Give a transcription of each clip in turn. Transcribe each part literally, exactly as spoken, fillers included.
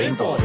Gameboys.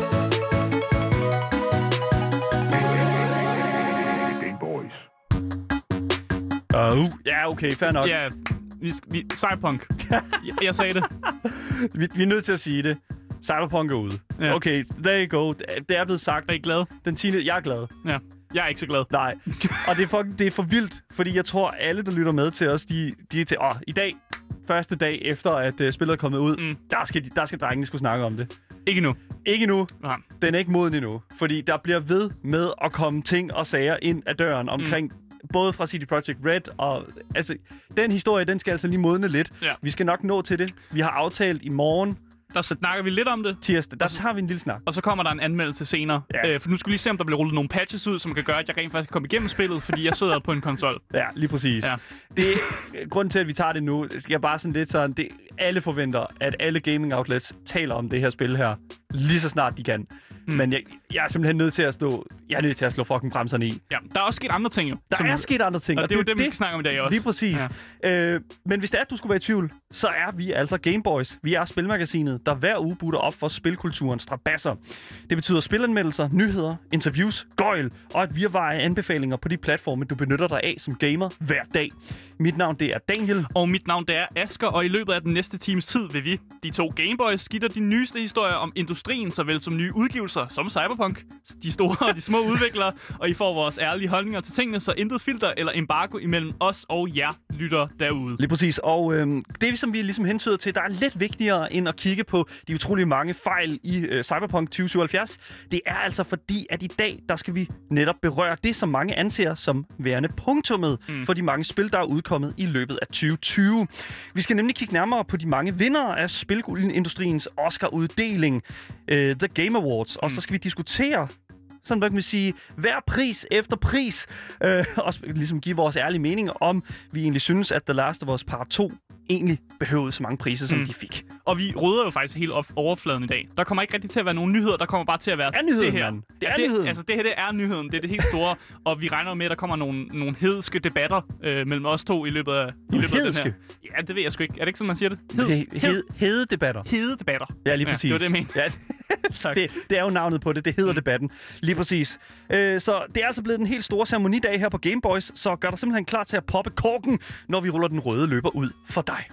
Uh, ja, okay, fair nok. Ja, vi, vi, Cyberpunk. jeg, jeg sagde det. vi, vi er nødt til at sige det. Cyberpunk er ude. Ja. Okay, there you go. Det er blevet sagt. Er I glad? Den tiende Jeg er glad. Ja. Jeg er ikke så glad. Nej. Og det er, for, det er for vildt, fordi jeg tror, alle, der lytter med til os, de, de er til... Åh, i dag, første dag efter, at uh, spillet er kommet ud, mm. der skal, der skal drengene skulle snakke om det. Ikke nu. Ikke nu. Nej. Den er ikke moden endnu. Fordi der bliver ved med at komme ting og sager ind ad døren omkring... Mm. Både fra C D Projekt Red og... Altså, den historie, den skal altså lige modne lidt. Ja. Vi skal nok nå til det. Vi har aftalt i morgen... Der snakker vi lidt om det. Tirsdag, der tager vi en lille snak. Og så kommer der en anmeldelse senere. Ja. Øh, for nu skal vi lige se, om der bliver rullet nogle patches ud, som kan gøre, at jeg rent faktisk kan komme igennem spillet, fordi jeg sidder på en konsol. Ja, lige præcis. Ja. Det er grunden til, at vi tager det nu. Jeg bare sådan lidt sådan... Det, alle forventer, at alle gaming outlets taler om det her spil her, lige så snart de kan. Mm. Men jeg, jeg er simpelthen nødt til at stå... Jeg er nødt til at slå fucking bremserne i. Ja, der er også sket andre ting jo. Der som, er sket andre ting. Og, og det er jo det, det, vi skal snakke om i dag også. Lige præcis. Ja. Øh, men hvis det er, at du skulle være i tvivl, så er vi altså Gameboys. Vi er spilmagasinet, der hver uge butter op for spilkulturens strabasser. Det betyder spilanmeldelser, nyheder, interviews, gøjl og et virvar af anbefalinger på de platforme, du benytter dig af som gamer hver dag. Mit navn, det er Daniel. Og mit navn, det er Asger. Og i løbet af den næste times tid vil vi, de to Gameboys, give dig de nyeste historier om industrien, såvel som nye udgivelser som Cyberpunk. De store og de små udviklere, og I får vores ærlige holdninger til tingene, så intet filter eller embargo imellem os og jer lytter derude. Lige præcis, og øh, det som vi ligesom hentyder til, der er lidt vigtigere end at kigge på de utrolig mange fejl i øh, Cyberpunk tyve syvoghalvfjerds. Det er altså fordi, at i dag, der skal vi netop berøre det, som mange anser som værende punktummet mm. for de mange spil, der er udkommet i løbet af tyve tyve. Vi skal nemlig kigge nærmere på de mange vindere af spilindustriens Oscar-uddeling, øh, The Game Awards, og mm. så skal vi diskutere, sådan kan man sige, hver pris efter pris, øh, og ligesom give vores ærlige mening om, vi egentlig synes, at The Last of Us Part to egentlig behøvede så mange priser, som mm. de fik. Og vi rydder jo faktisk helt op overfladen i dag. Der kommer ikke rigtig til at være nogen nyheder, der kommer bare til at være det, er nyheden, det her. Man. Det er ja, det, nyheden. Altså det her, det er nyheden. Det er det helt store. Og vi regner med, at der kommer nogle, nogle hedske debatter øh, mellem os to i løbet af, i løbet af den her. Ja, det ved jeg sgu ikke. Er det ikke sådan, man siger det? Hed, hed, hed, hede debatter. Hede debatter. Ja, lige præcis. Ja, det var det, jeg mente. Ja, det, det er jo navnet på det. Det hedder mm. debatten. Lige præcis. Øh, så det er altså blevet den helt store ceremonidag her på Gameboys, så gør dig simpelthen klar til at poppe korken, når vi ruller den røde løber ud for dig.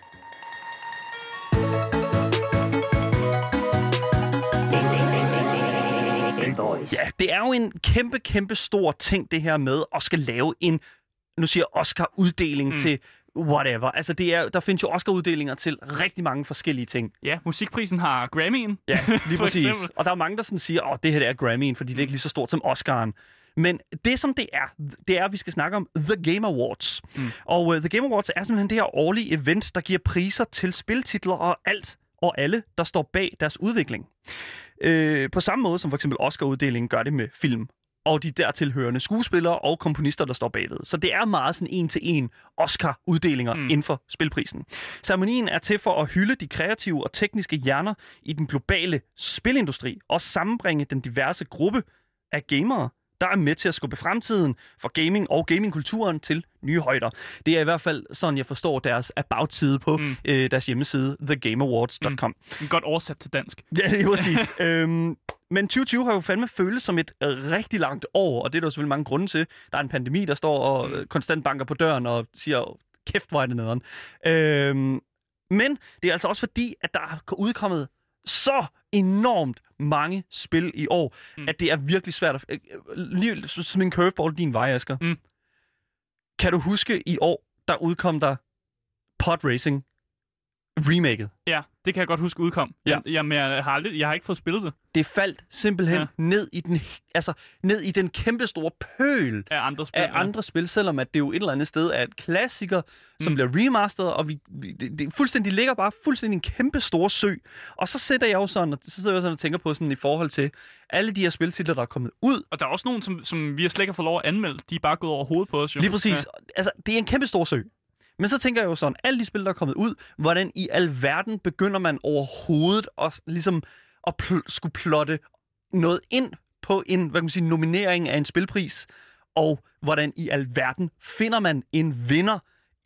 Ja, det er jo en kæmpe, kæmpe stor ting, det her med at skal lave en, nu siger jeg, Oscar-uddeling mm. til whatever. Altså, det er, der findes jo Oscar-uddelinger til rigtig mange forskellige ting. Ja, musikprisen har Grammy'en. Ja, lige præcis. Og der er mange, der sådan siger, åh, det her det er Grammy'en, fordi det er ikke lige så stort som Oscar'en. Men det, som det er, det er, at vi skal snakke om The Game Awards. Mm. Og uh, The Game Awards er simpelthen det her årlige event, der giver priser til spiltitler og alt og alle, der står bag deres udvikling. Øh, på samme måde som for eksempel Oscar-uddelingen gør det med film og de dertilhørende skuespillere og komponister, der står bagved. Så det er meget sådan en-til-en Oscar-uddelinger mm. inden for spilprisen. Ceremonien er til for at hylde de kreative og tekniske hjerner i den globale spilindustri og sammenbringe den diverse gruppe af gamere, der er med til at skubbe fremtiden for gaming og gamingkulturen til nye højder. Det er i hvert fald sådan, jeg forstår deres about-side på mm. øh, deres hjemmeside, the game awards punktum com. Mm. Godt oversat til dansk. Ja, det er præcis. øhm, men tyve tyve har jo fandme føles som et øh, rigtig langt år, og det er der selvfølgelig mange grunde til. Der er en pandemi, der står og øh, konstant banker på døren og siger, kæft, hvor er det nederen. Øhm, men det er altså også fordi, at der er udkommet så enormt mange spil i år, mm. at det er virkelig svært at... Lige som en curveball din vej, Asger. Mm. Kan du huske i år, der udkom der Pod Racing remaket? Ja, det kan jeg godt huske udkom. Ja. Jamen, jeg har, aldrig, jeg har ikke fået spillet det. Det faldt simpelthen ja. ned i den altså ned i den kæmpestore pøl af andre spil, af andre spil, selvom at det jo et eller andet sted er et klassiker, som mm. bliver remasteret, og vi, vi det, det fuldstændig ligger bare fuldstændig en kæmpe stor sø. Og så sætter jeg jo sådan, og så sidder jeg sådan og tænker på sådan i forhold til alle de her spiltitler, der er kommet ud. Og der er også nogen, som, som vi har slet ikke fået lov at anmelde. De er bare gået over hovedet på os jo. Lige præcis. Ja. Altså, det er en kæmpe stor sø. Men så tænker jeg jo sådan, alle de spil, der er kommet ud, hvordan i alverden begynder man overhovedet at, ligesom, at pl- skulle plotte noget ind på en hvad kan man sige, nominering af en spilpris, og hvordan i alverden finder man en vinder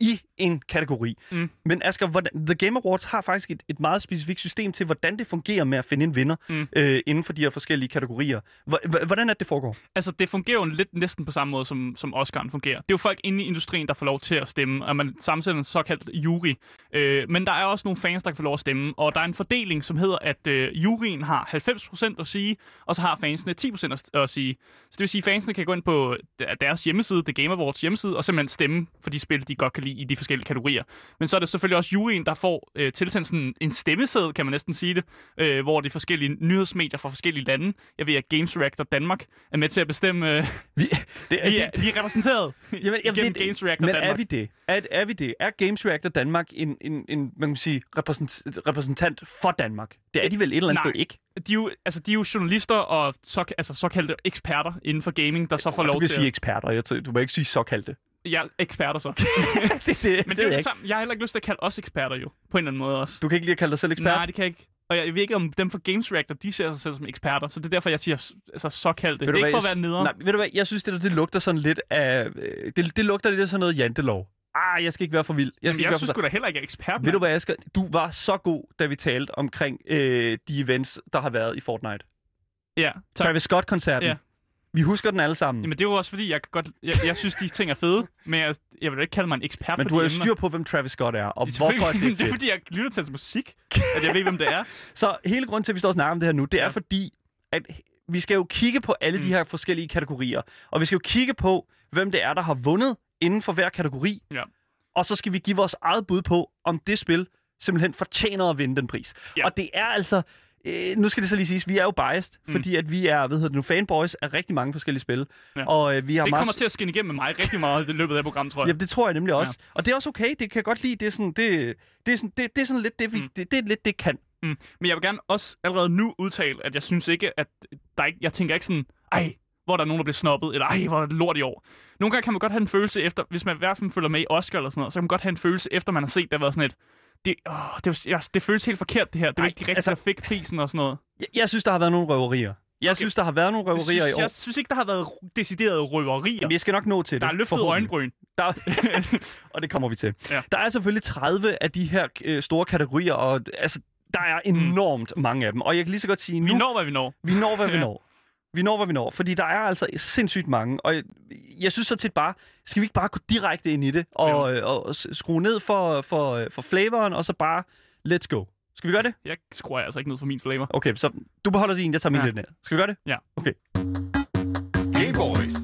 i en kategori. Mm. Men Asger, hvordan, The Game Awards har faktisk et, et meget specifikt system til, hvordan det fungerer med at finde en vinder mm. øh, inden for de her forskellige kategorier. H- hvordan er det, det foregår? Altså, det fungerer jo lidt næsten på samme måde, som, som Oscar'en fungerer. Det er jo folk inde i industrien, der får lov til at stemme, og man sammensætter en såkaldt jury. Øh, men der er også nogle fans, der kan få lov at stemme, og der er en fordeling, som hedder, at øh, juryen har halvfems procent at sige, og så har fansene ti procent at, at sige. Så det vil sige, at fansene kan gå ind på deres hjemmeside, The Game Awards hjemmeside, og simpelthen stemme for de spil, de godt kan lide i de forskellige kategorier. Men så er det selvfølgelig også juryen, der får øh, tilsendt sådan en stemmeseddel, kan man næsten sige det, øh, hvor de forskellige nyhedsmedier fra forskellige lande, jeg ved, at Games Reactor Danmark er med til at bestemme, øh, vi, det er, vi, er, vi er repræsenteret jamen, jamen, gennem det, Games Reactor men Danmark. Men er vi det? Er, er vi det? Er Games Reactor Danmark en, en, en man kan sige, repræsent, repræsentant for Danmark? Det er de vel et eller andet Nej. sted ikke? De er, jo, altså, de er jo journalister og så, altså, såkaldte eksperter inden for gaming, der jeg så tror, får lov til... Du kan sige eksperter, jeg tror, du må ikke sige såkaldte. Ja, eksperter så. det, det, Men det, det er jo det samme. Jeg har heller ikke lyst til at kalde os eksperter jo, på en eller anden måde også. Du kan ikke lide at kalde dig selv ekspert? Nej, det kan jeg ikke. Og jeg ved ikke, om dem fra Games Reactor, de ser sig selv som eksperter. Så det er derfor, jeg siger altså, såkaldte. Det er ikke for at være nederen. Nej, ved du hvad, jeg synes, det, det lugter sådan lidt af... Det, det lugter lidt af sådan noget jantelov. Ah, jeg skal ikke være for vild. Jeg, skal jeg ikke synes sgu da heller ikke, jeg er ekspert. Ved du hvad, Asger? Du var så god, da vi talte omkring øh, de events, der har været i Fortnite. Ja, tak. Travis Scott-koncerten. Ja. Vi husker den alle sammen. Jamen det er jo også fordi, jeg, kan godt, jeg, jeg synes, de ting er fede, men jeg, jeg vil ikke kalde mig en ekspert men på du har jo emner. styr på, hvem Travis Scott er, og hvorfor er det fedt. Det er fordi, jeg lytter til hans musik, at jeg ved, hvem det er. Så hele grunden til, at vi står og snakker om det her nu, det er ja. fordi, at vi skal jo kigge på alle mm. de her forskellige kategorier, og vi skal jo kigge på, hvem det er, der har vundet inden for hver kategori. Ja. Og så skal vi give vores eget bud på, om det spil simpelthen fortjener at vinde den pris. Ja. Og det er altså... Øh, nu skal det så lige siges, vi er jo biased, mm. fordi at vi er, hvad hedder det nu, fanboys af rigtig mange forskellige spil. Ja. Og, øh, vi har det meget... kommer til at skinne igennem med mig rigtig meget i løbet af programmet, tror jeg. Jamen, det tror jeg nemlig også. Ja. Og det er også okay, det kan jeg godt lide. Det er sådan, det, det er sådan, det, det er sådan lidt det, vi, mm. det, det er lidt det kan. Mm. Men jeg vil gerne også allerede nu udtale, at jeg synes ikke, at der ikke, jeg tænker ikke sådan, ej, hvor der er nogen, der bliver snobbet, eller ej, hvor er det lort i år. Nogle gange kan man godt have en følelse efter, hvis man i hvert fald følger med i Oscar eller sådan noget, så kan man godt have en følelse efter, man har set, der har været sådan et, det, åh, det, jeg, det føles helt forkert, det her. Det er ikke de rigtige, altså, der fik prisen og sådan noget. Jeg, jeg synes, der har været nogle røverier. Jeg okay. synes, der har været nogle røverier synes, i år. Jeg synes ikke, der har været deciderede røverier. Jamen, jeg skal nok nå til det. Der er løftet øjenbryn. Der... og det kommer vi til. Ja. Der er selvfølgelig tredive af de her øh, store kategorier, og altså, der er enormt mm. mange af dem. Og jeg kan lige så godt sige nu... Vi når, hvad vi når. Vi når, hvad ja. vi når. Vi når, hvad vi når. Fordi der er altså sindssygt mange. Og jeg, jeg synes så tit bare, skal vi ikke bare gå direkte ind i det, og, ja. og, og skrue ned for, for, for flavoren, og så bare, let's go. Skal vi gøre det? Jeg skruer altså ikke ned for min flavor. Okay, så du beholder din, jeg tager min ja. lidt ned. Skal vi gøre det? Ja. Okay. Game Boys.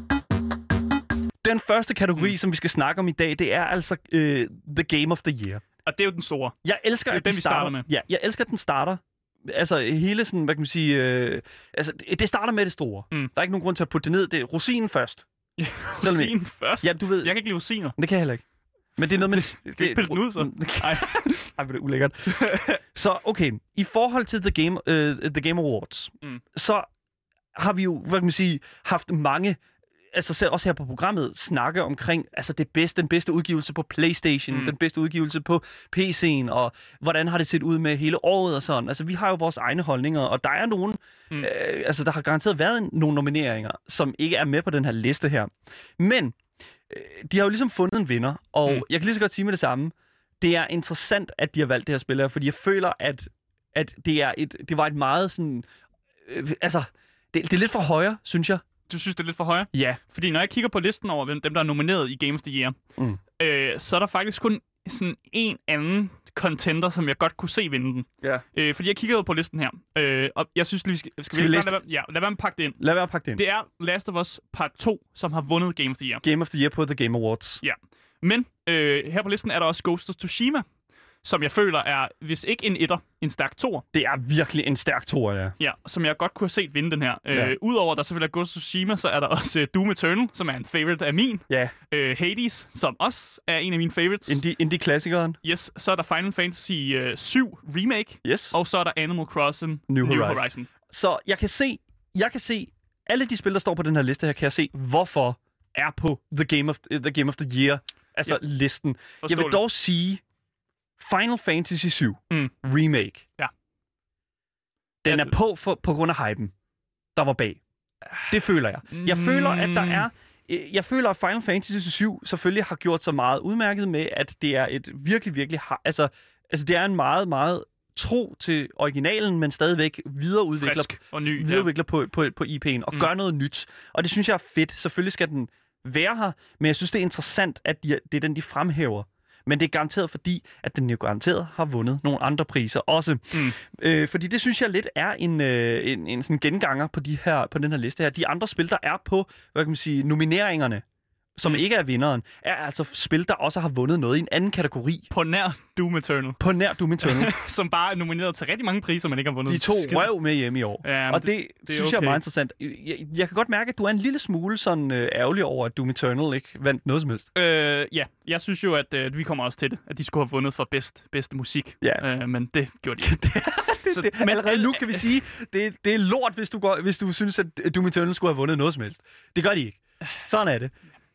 Den første kategori, mm. som vi skal snakke om i dag, det er altså uh, The Game of the Year. Og det er jo den store. Jeg elsker, det er at den, de vi starter, starter med. Ja, jeg elsker, at den starter. Altså hele sådan, hvad kan man sige, øh, altså det starter med det store. Mm. Der er ikke nogen grund til at putte det ned. Det er rosinen først. Ja, rosinen først? Ja, du ved. Jeg kan ikke lide rosiner. Det kan jeg heller ikke. Men det er noget med... Skal vi ikke pille den ud, så? Nej, Ej, det er ulækkert. Så okay, i forhold til The Game, uh, The Game Awards, mm. så har vi jo, hvad kan man sige, haft mange, altså selv også her på programmet, snakke omkring altså det bedste, den bedste udgivelse på PlayStation, mm. den bedste udgivelse på P C'en, og hvordan har det set ud med hele året og sådan. Altså vi har jo vores egne holdninger, og der er nogen, mm. øh, altså der har garanteret været nogle nomineringer, som ikke er med på den her liste her. Men øh, de har jo ligesom fundet en vinder, og mm. jeg kan lige så godt sige med det samme, det er interessant, at de har valgt det her spil her, fordi jeg føler, at, at det, er et, det var et meget sådan, øh, altså det, det er lidt for højre, synes jeg. Du synes, det er lidt for højere? Ja. Fordi når jeg kigger på listen over dem, der er nomineret i Game of the Year, mm. øh, så er der faktisk kun sådan en anden contender, som jeg godt kunne se vinde den. Ja. Øh, fordi jeg kiggede på listen her, øh, og jeg synes, vi skal, skal, skal vi, vi lade, være, ja, lad være med at pakke det ind. Lad være med at pakke det ind. Det er Last of Us Part to, som har vundet Game of the Year. Game of the Year på The Game Awards. Ja. Men øh, her på listen er der også Ghost of Tsushima, som jeg føler er, hvis ikke en etter, en stærk toer. Det er virkelig en stærk toer, ja. Ja, som jeg godt kunne have set vinde den her. Ja. Øh, Udover der selvfølgelig er Ghost of Tsushima, så er der også uh, Doom Eternal, som er en favorite af min. Ja. Øh, Hades, som også er en af mine favorites. Indie, indie-klassikeren. Yes, så er der Final Fantasy uh, syv Remake. Yes. Og så er der Animal Crossing New, New Horizon. Horizon. Så jeg kan se, jeg kan se, alle de spil, der står på den her liste her, kan jeg se, hvorfor er på The Game of, uh, the, Game of the Year, altså ja. listen. Forstår jeg vil det. dog sige, Final Fantasy syv mm. Remake. Ja. Den er på for, på grund af hypen, der var bag. Det føler jeg. Jeg mm. føler, at der er øh, jeg føler, at Final Fantasy syv selvfølgelig har gjort så meget udmærket med, at det er et virkelig, virkelig... Har, altså, altså, det er en meget, meget tro til originalen, men stadigvæk videreudvikler, og ny, videreudvikler ja. på, på, på I P'en og mm. gør noget nyt. Og det synes jeg er fedt. Selvfølgelig skal den være her, men jeg synes, det er interessant, at de, det er den, de fremhæver. Men det er garanteret fordi, at den jo garanteret har vundet nogle andre priser også. Mm. Øh, fordi det synes jeg lidt er en, øh, en, en sådan genganger på, de her, på den her liste her. De andre spil, der er på, hvad kan man sige, nomineringerne, som mm. ikke er vinderen, er altså spil, der også har vundet noget i en anden kategori. På nær Doom Eternal. På nær Doom Eternal. Som bare er nomineret til rigtig mange priser, men ikke har vundet. De to røv med hjemme i år. Ja, og det, det, det synes okay. jeg er meget interessant. Jeg, jeg kan godt mærke, at du er en lille smule sådan øh, ærgerlig over, at Doom Eternal ikke vandt noget som helst. Øh, ja, jeg synes jo, at øh, vi kommer også til det, at de skulle have vundet for bedst, bedste musik. Ja. Øh, men det gjorde de ikke. det, så, det, men allerede nu kan vi sige, det, det er lort, hvis du, går, hvis du synes, at Doom Eternal skulle have vundet noget som helst. Det gør de ikke. Sådan er det.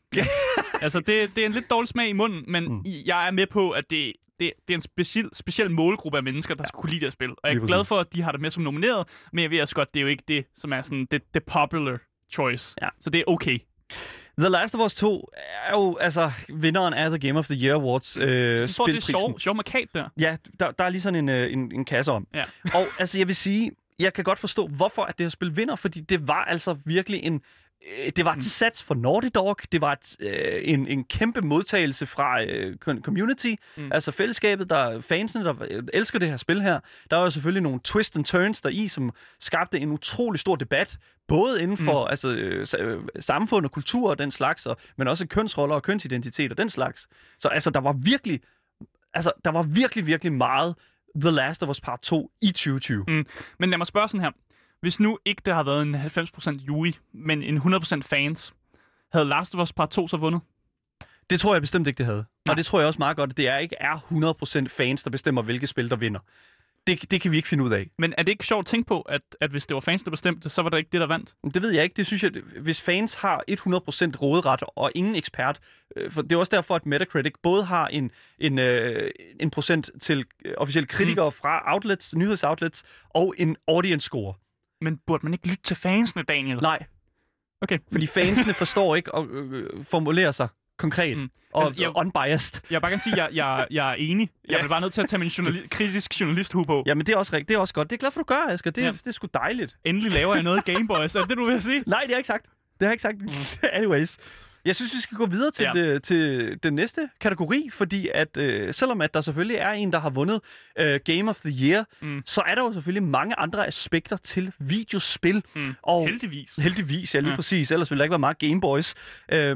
altså, det, det er en lidt dårlig smag i munden, men mm. jeg er med på, at det, det, det er en speciel, speciel målgruppe af mennesker, der ja. skal kunne lide det at spille. Og jeg er glad for, at de har det med som nomineret, men jeg ved også godt, det er jo ikke det, som er sådan det, det popular choice. Ja. Så det er okay. The Last of Us to er jo altså vinderen af The Game of the Year Awards. Øh, så du får det sjov, sjov markat der. Ja, der, der er lige sådan en, en, en kasse om. Ja. Og altså, jeg vil sige, jeg kan godt forstå, hvorfor at det her spil vinder, fordi det var altså virkelig en Det var et sats for Naughty Dog. Det var et, øh, en, en kæmpe modtagelse fra øh, community, mm. altså fællesskabet, der fansene, der elsker det her spil her. Der var jo selvfølgelig nogle twists and turns der i, som skabte en utrolig stor debat, både inden for mm. altså, øh, samfund og kultur og den slags, og, men også kønsroller og kønsidentitet og den slags. Så altså, der var virkelig, altså, der var virkelig, virkelig meget The Last of Us Part to i tyve tyve. Mm. Men lad mig spørge sådan her. Hvis nu ikke det har været en halvfems procent jury, men en hundrede procent fans, havde Last of Us Part to så vundet? Det tror jeg bestemt ikke, det havde. Nej. Og det tror jeg også meget godt, at det er ikke er hundrede procent fans, der bestemmer, hvilke spil, der vinder. Det, det kan vi ikke finde ud af. Men er det ikke sjovt at tænke på, at, at hvis det var fans, der bestemte, så var det ikke det, der vandt? Det ved jeg ikke. Det synes jeg, hvis fans har hundrede procent råderet og ingen ekspert, for det er også derfor, at Metacritic både har en, en, øh, en procent til officielle kritikere mm. fra outlets, nyhedsoutlets, og en audience score. Men burde man ikke lytte til fansene, Daniel? Nej. Okay. Fordi fansene forstår ikke at øh, formulere sig konkret mm. og altså, jeg, unbiased. Jeg vil bare gerne sige, at jeg, jeg, jeg er enig. Jeg bliver bare nødt til at tage min journali- kritisk journalisthue på. Ja, men det er også rigtigt. Det er også godt. Det er glad for, du gør, Asger. Det, ja. det er sgu dejligt. Endelig laver jeg noget Gameboys. Er det det, du vil sige? Nej, det har jeg ikke sagt. Det har jeg ikke sagt. Anyways. Jeg synes, vi skal gå videre til, ja. det, til den næste kategori, fordi at øh, selvom at der selvfølgelig er en, der har vundet øh, Game of the Year, mm. så er der jo selvfølgelig mange andre aspekter til videospil. Mm. Og heldigvis. Heldigvis, ja, lige ja. præcis. Ellers ville der ikke være meget Game Boys. Øh, det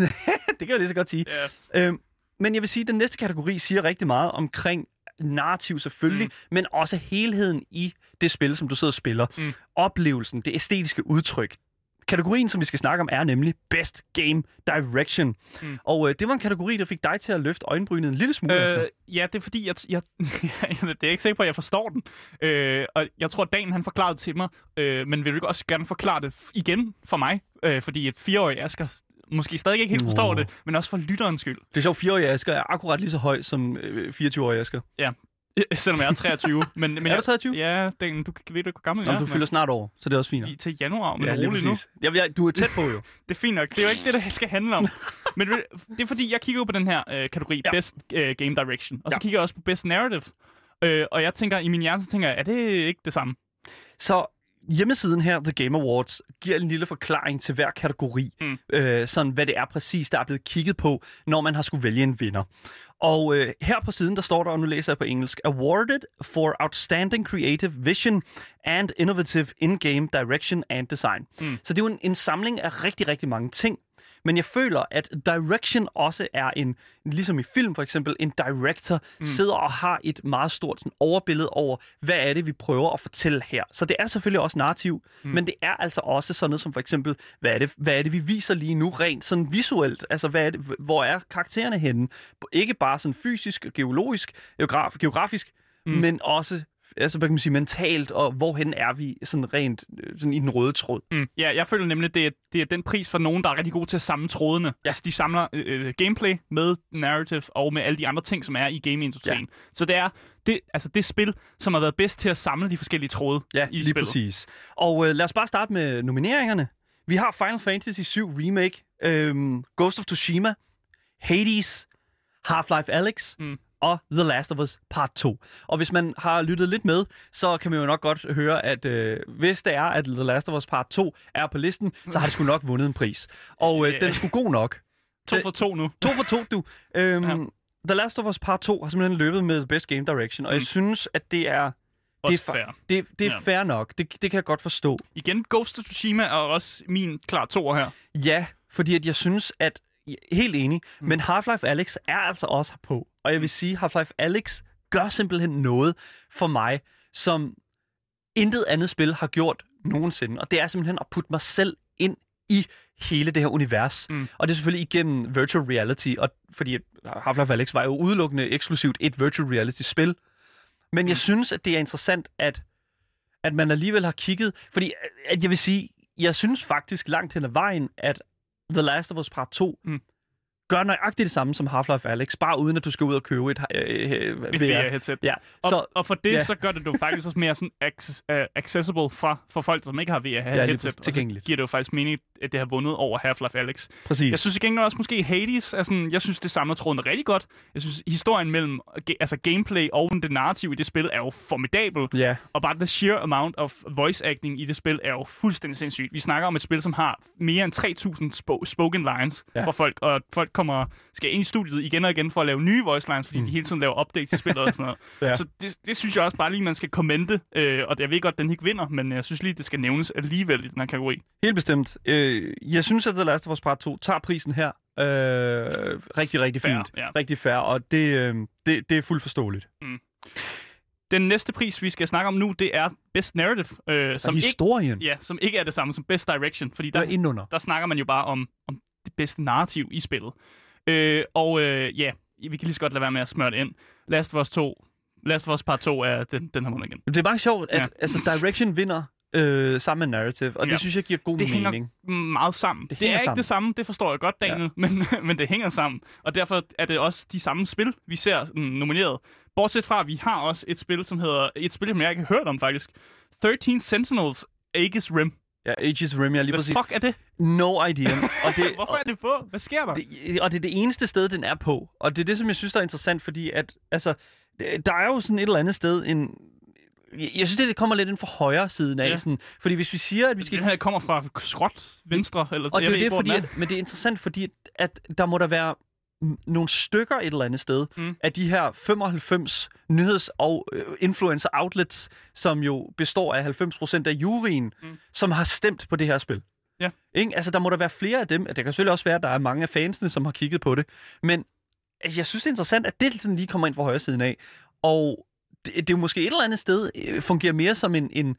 kan jeg lige så godt sige. Yeah. Øh, men jeg vil sige, at den næste kategori siger rigtig meget omkring narrativ selvfølgelig, mm. men også helheden i det spil, som du sidder og spiller. Mm. Oplevelsen, det æstetiske udtryk. Kategorien, som vi skal snakke om, er nemlig Best Game Direction. Mm. Og øh, det var en kategori, der fik dig til at løfte øjenbrynet en lille smule. Øh, ja, det er fordi, jeg, jeg, det er ikke sikker på, at jeg forstår den. Øh, og jeg tror, at Dan han forklarede det til mig, øh, men vil du ikke også gerne forklare det igen for mig? Øh, fordi et fireårig Asger måske stadig ikke helt forstår wow. det, men også for lytterens skyld. Det er sjovt, fireårig Asger er akkurat lige så høj som øh, fireogtyve-årig Asger. Ja. Selvom jeg er treogtyve. Men, men er du treogtyve? Ja, Dan, du ved du ikke, hvor gammel jeg er. Du fylder snart over, så det er også fint. I, til januar, men ja, roligt nu. Ja, jeg, du er tæt på jo. Det er fint nok. Det er jo ikke det, der skal handle om. Men det er fordi, jeg kigger på den her øh, kategori, ja. Best øh, Game Direction. Og så ja. kigger jeg også på Best Narrative. Øh, og jeg tænker, i min hjerne, så tænker jeg, er det ikke det samme? Så hjemmesiden her, The Game Awards, giver en lille forklaring til hver kategori. Mm. Øh, sådan hvad det er præcis, der er blevet kigget på, når man har skulle vælge en vinder. Og øh, her på siden, der står der, og nu læser jeg på engelsk, Awarded for Outstanding Creative Vision and Innovative In-Game Direction and Design. Mm. Så det er jo en, en samling af rigtig, rigtig mange ting. Men jeg føler, at direction også er en, ligesom i film for eksempel, en director mm. sidder og har et meget stort sådan, overbillede over, hvad er det, vi prøver at fortælle her. Så det er selvfølgelig også narrativ, mm. men det er altså også sådan noget som for eksempel, hvad er det, hvad er det vi viser lige nu rent sådan visuelt? Altså, hvad er det, hvor er karaktererne henne? Ikke bare sådan fysisk, geologisk, geograf, geografisk, mm. men også altså, hvad kan man sige, mentalt, og hvorhen er vi sådan rent sådan i den røde tråd. Mm. Ja, jeg føler nemlig, det er, det er den pris for nogen, der er rigtig god til at samle trådene. Ja. Altså, de samler øh, gameplay med narrative og med alle de andre ting, som er i gameindustrien. Ja. Så det er det, altså det spil, som har været bedst til at samle de forskellige tråde ja, i lige spillet. Præcis. Og øh, lad os bare starte med nomineringerne. Vi har Final Fantasy syv Remake, øhm, Ghost of Tsushima, Hades, Half-Life Alyx mm. og The Last of Us Part to. Og hvis man har lyttet lidt med, så kan man jo nok godt høre, at øh, hvis det er, at The Last of Us Part to er på listen, så har det sgu nok vundet en pris. Og øh, den er sgu god nok. To for to nu. To for to, du. Øhm, ja. The Last of Us Part to har simpelthen løbet med Best Game Direction, og mm. jeg synes, at det er... Det er, fair. Det, det er ja. fair nok. Det, det kan jeg godt forstå. Igen, Ghost of Tsushima er også min klar toer her. Ja, fordi at jeg synes, at... Helt enig, mm. men Half-Life Alyx er altså også herpå. Og jeg vil sige, Half-Life Alyx gør simpelthen noget for mig, som intet andet spil har gjort nogensinde. Og det er simpelthen at putte mig selv ind i hele det her univers. Mm. Og det er selvfølgelig igennem virtual reality, og fordi Half-Life Alyx var jo udelukkende eksklusivt et virtual reality-spil. Men mm. jeg synes, at det er interessant, at, at man alligevel har kigget... Fordi at jeg vil sige, jeg synes faktisk langt hen ad vejen, at The Last of Us Part to mm. gør nøjagtigt det samme som Half-Life Alyx, bare uden at du skal ud og købe et, øh, øh, et V R-headset. Ja. Og, så, og for det, ja. så gør det jo faktisk også mere sådan access, uh, accessible for, for folk, som ikke har V R-headset. Ja, tilgængeligt. Giver det jo faktisk mening, at det har vundet over Half-Life Alyx. Præcis. Jeg synes igen også måske Hades er sådan, jeg synes det samler tråden rigtig godt. Jeg synes historien mellem altså gameplay og det narrativ i det spil er jo formidabel. Ja. Og bare the sheer amount of voice acting i det spil er jo fuldstændig sindssygt. Vi snakker om et spil, som har mere end tre tusind sp- spoken lines ja. for folk, og folk kommer skal ind i studiet igen og igen for at lave nye voice lines, fordi mm. de hele tiden laver updates til spillet og sådan noget. ja. Så det, det synes jeg også bare lige, man skal kommente, øh, og jeg ved godt, at den ikke vinder, men jeg synes lige, det skal nævnes alligevel i den her kategori. Helt bestemt. Øh, jeg synes, at The Last of Us Part to tager prisen her øh, rigtig, rigtig fair, fint. Ja. Rigtig fair, og det, øh, det, det er fuldt forståeligt. Mm. Den næste pris, vi skal snakke om nu, det er Best Narrative. Øh, som historien? Ikke, ja, som ikke er det samme som Best Direction, fordi der, indunder. der snakker man jo bare om, om det bedste narrativ i spillet. Øh, og øh, ja, vi kan lige så godt lade være med at smøre det ind. Last of Us to, Last of Us Part to er den, den her måde igen. Det er bare sjovt, at ja. altså, Direction vinder øh, sammen med Narrative, og ja. det synes jeg giver god det mening. Det hænger meget sammen. Det, det er sammen. ikke det samme, det forstår jeg godt, Daniel, ja. men, men det hænger sammen. Og derfor er det også de samme spil, vi ser mm, nomineret. Bortset fra, at vi har også et spil, som hedder, et spil, som jeg ikke har hørt om faktisk, thirteen Sentinels Aegis Rim. Ja, Aegis Rim, ja, lige Hvad præcis. fuck er det? No idea. Og det, Hvorfor er det på? Hvad sker der? Det, og det er det eneste sted, den er på. Og det er det, som jeg synes, der er interessant, fordi at, altså, der er jo sådan et eller andet sted en... Jeg synes, det, det kommer lidt ind fra højre siden af. Ja. Sådan, fordi hvis vi siger, at vi skal... Den her kommer fra skråt, venstre, eller... Og det er ved, det, fordi... At, men det er interessant, fordi at der må der være nogle stykker et eller andet sted mm. af de her femoghalvfems nyheds- og øh, influencer-outlets, som jo består af halvfems procent af juryen, mm. som har stemt på det her spil. Ja. Ikke? Altså, der må der være flere af dem. Det kan selvfølgelig også være, at der er mange af fansene, som har kigget på det. Men jeg synes, det er interessant, at det sådan lige kommer ind fra højre siden af. Og det, det er jo måske et eller andet sted øh, fungerer mere som en, en,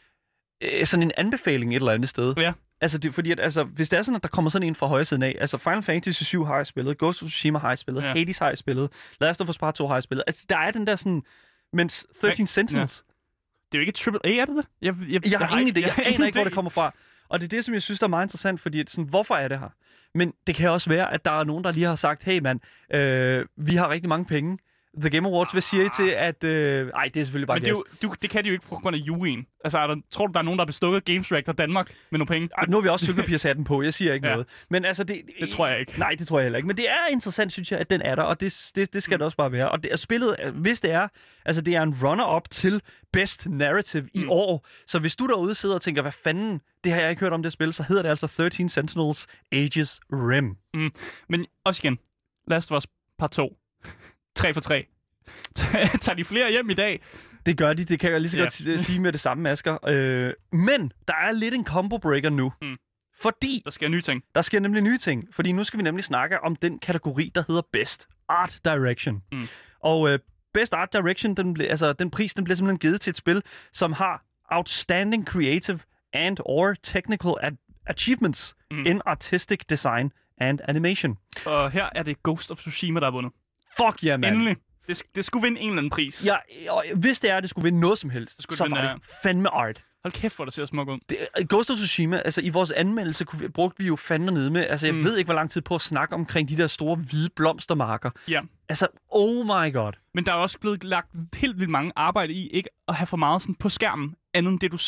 øh, sådan en anbefaling et eller andet sted. Ja. Altså, det, fordi at, altså, hvis det er sådan, at der kommer sådan en fra højre siden af, altså Final Fantasy syv har jeg spillet, Ghost of Tsushima har jeg spillet, ja. Hades har jeg spillet, Last of Us Part to har jeg spillet. Altså, der er den der sådan, mens thirteen Sentinels... Ja. Det er jo ikke triple A, er det det? Jeg, jeg, jeg, jeg har ingen idé, jeg, jeg aner ikke, hvor det det kommer fra. Og det er det, som jeg synes, der er meget interessant, fordi at, sådan, hvorfor er det her? Men det kan også være, at der er nogen, der lige har sagt, hey mand, øh, vi har rigtig mange penge. The Game Awards, hvad siger I til, at... Øh... Ej, det er selvfølgelig bare Men det, jo, du, det kan de jo ikke på grund af juryen. Altså, er der, tror du, der er nogen, der har bestukket Games Director Danmark med nogle penge? Ej, nu har vi også sølvpapirshatten på, jeg siger ikke ja. noget. Men altså, det, det tror jeg ikke. Nej, det tror jeg heller ikke. Men det er interessant, synes jeg, at den er der, og det, det, det skal mm. det også bare være. Og det er spillet, hvis det er... Altså, det er en runner-up til Best Narrative mm. i år. Så hvis du derude sidder og tænker, hvad fanden, det har jeg ikke hørt om det spil, så hedder det altså thirteen Sentinels Aegis Rim. Mm. Men også igen, Last of Us Part to. tre for tre. Tager de flere hjem i dag? Det gør de, det kan jeg lige så godt yeah. sige med det samme, Asger. Øh, men der er lidt en combo breaker nu. Mm. Fordi... Der sker nye ting. Der sker nemlig nye ting. Fordi nu skal vi nemlig snakke om den kategori, der hedder Best Art Direction. Mm. Og øh, Best Art Direction, den, ble, altså, den pris, den bliver simpelthen givet til et spil, som har Outstanding Creative and or Technical ad- Achievements mm. in Artistic Design and Animation. Og her er det Ghost of Tsushima, der er vundet. Fuck yeah, man. Endelig. Det, det skulle vinde en eller anden pris. Ja, og hvis det er, at det skulle vinde noget som helst, skulle så vinde, var det fandme art. Hold kæft, hvor det ser smukt ud. Det, Ghost of Tsushima, altså i vores anmeldelse kunne vi, brugte vi jo fandme nede med, altså jeg mm. ved ikke, hvor lang tid på at snakke omkring de der store hvide blomstermarker. Ja. Altså, oh my god. Men der er også blevet lagt helt vildt mange arbejde i, ikke at have for meget sådan på skærmen, andet end det du ser.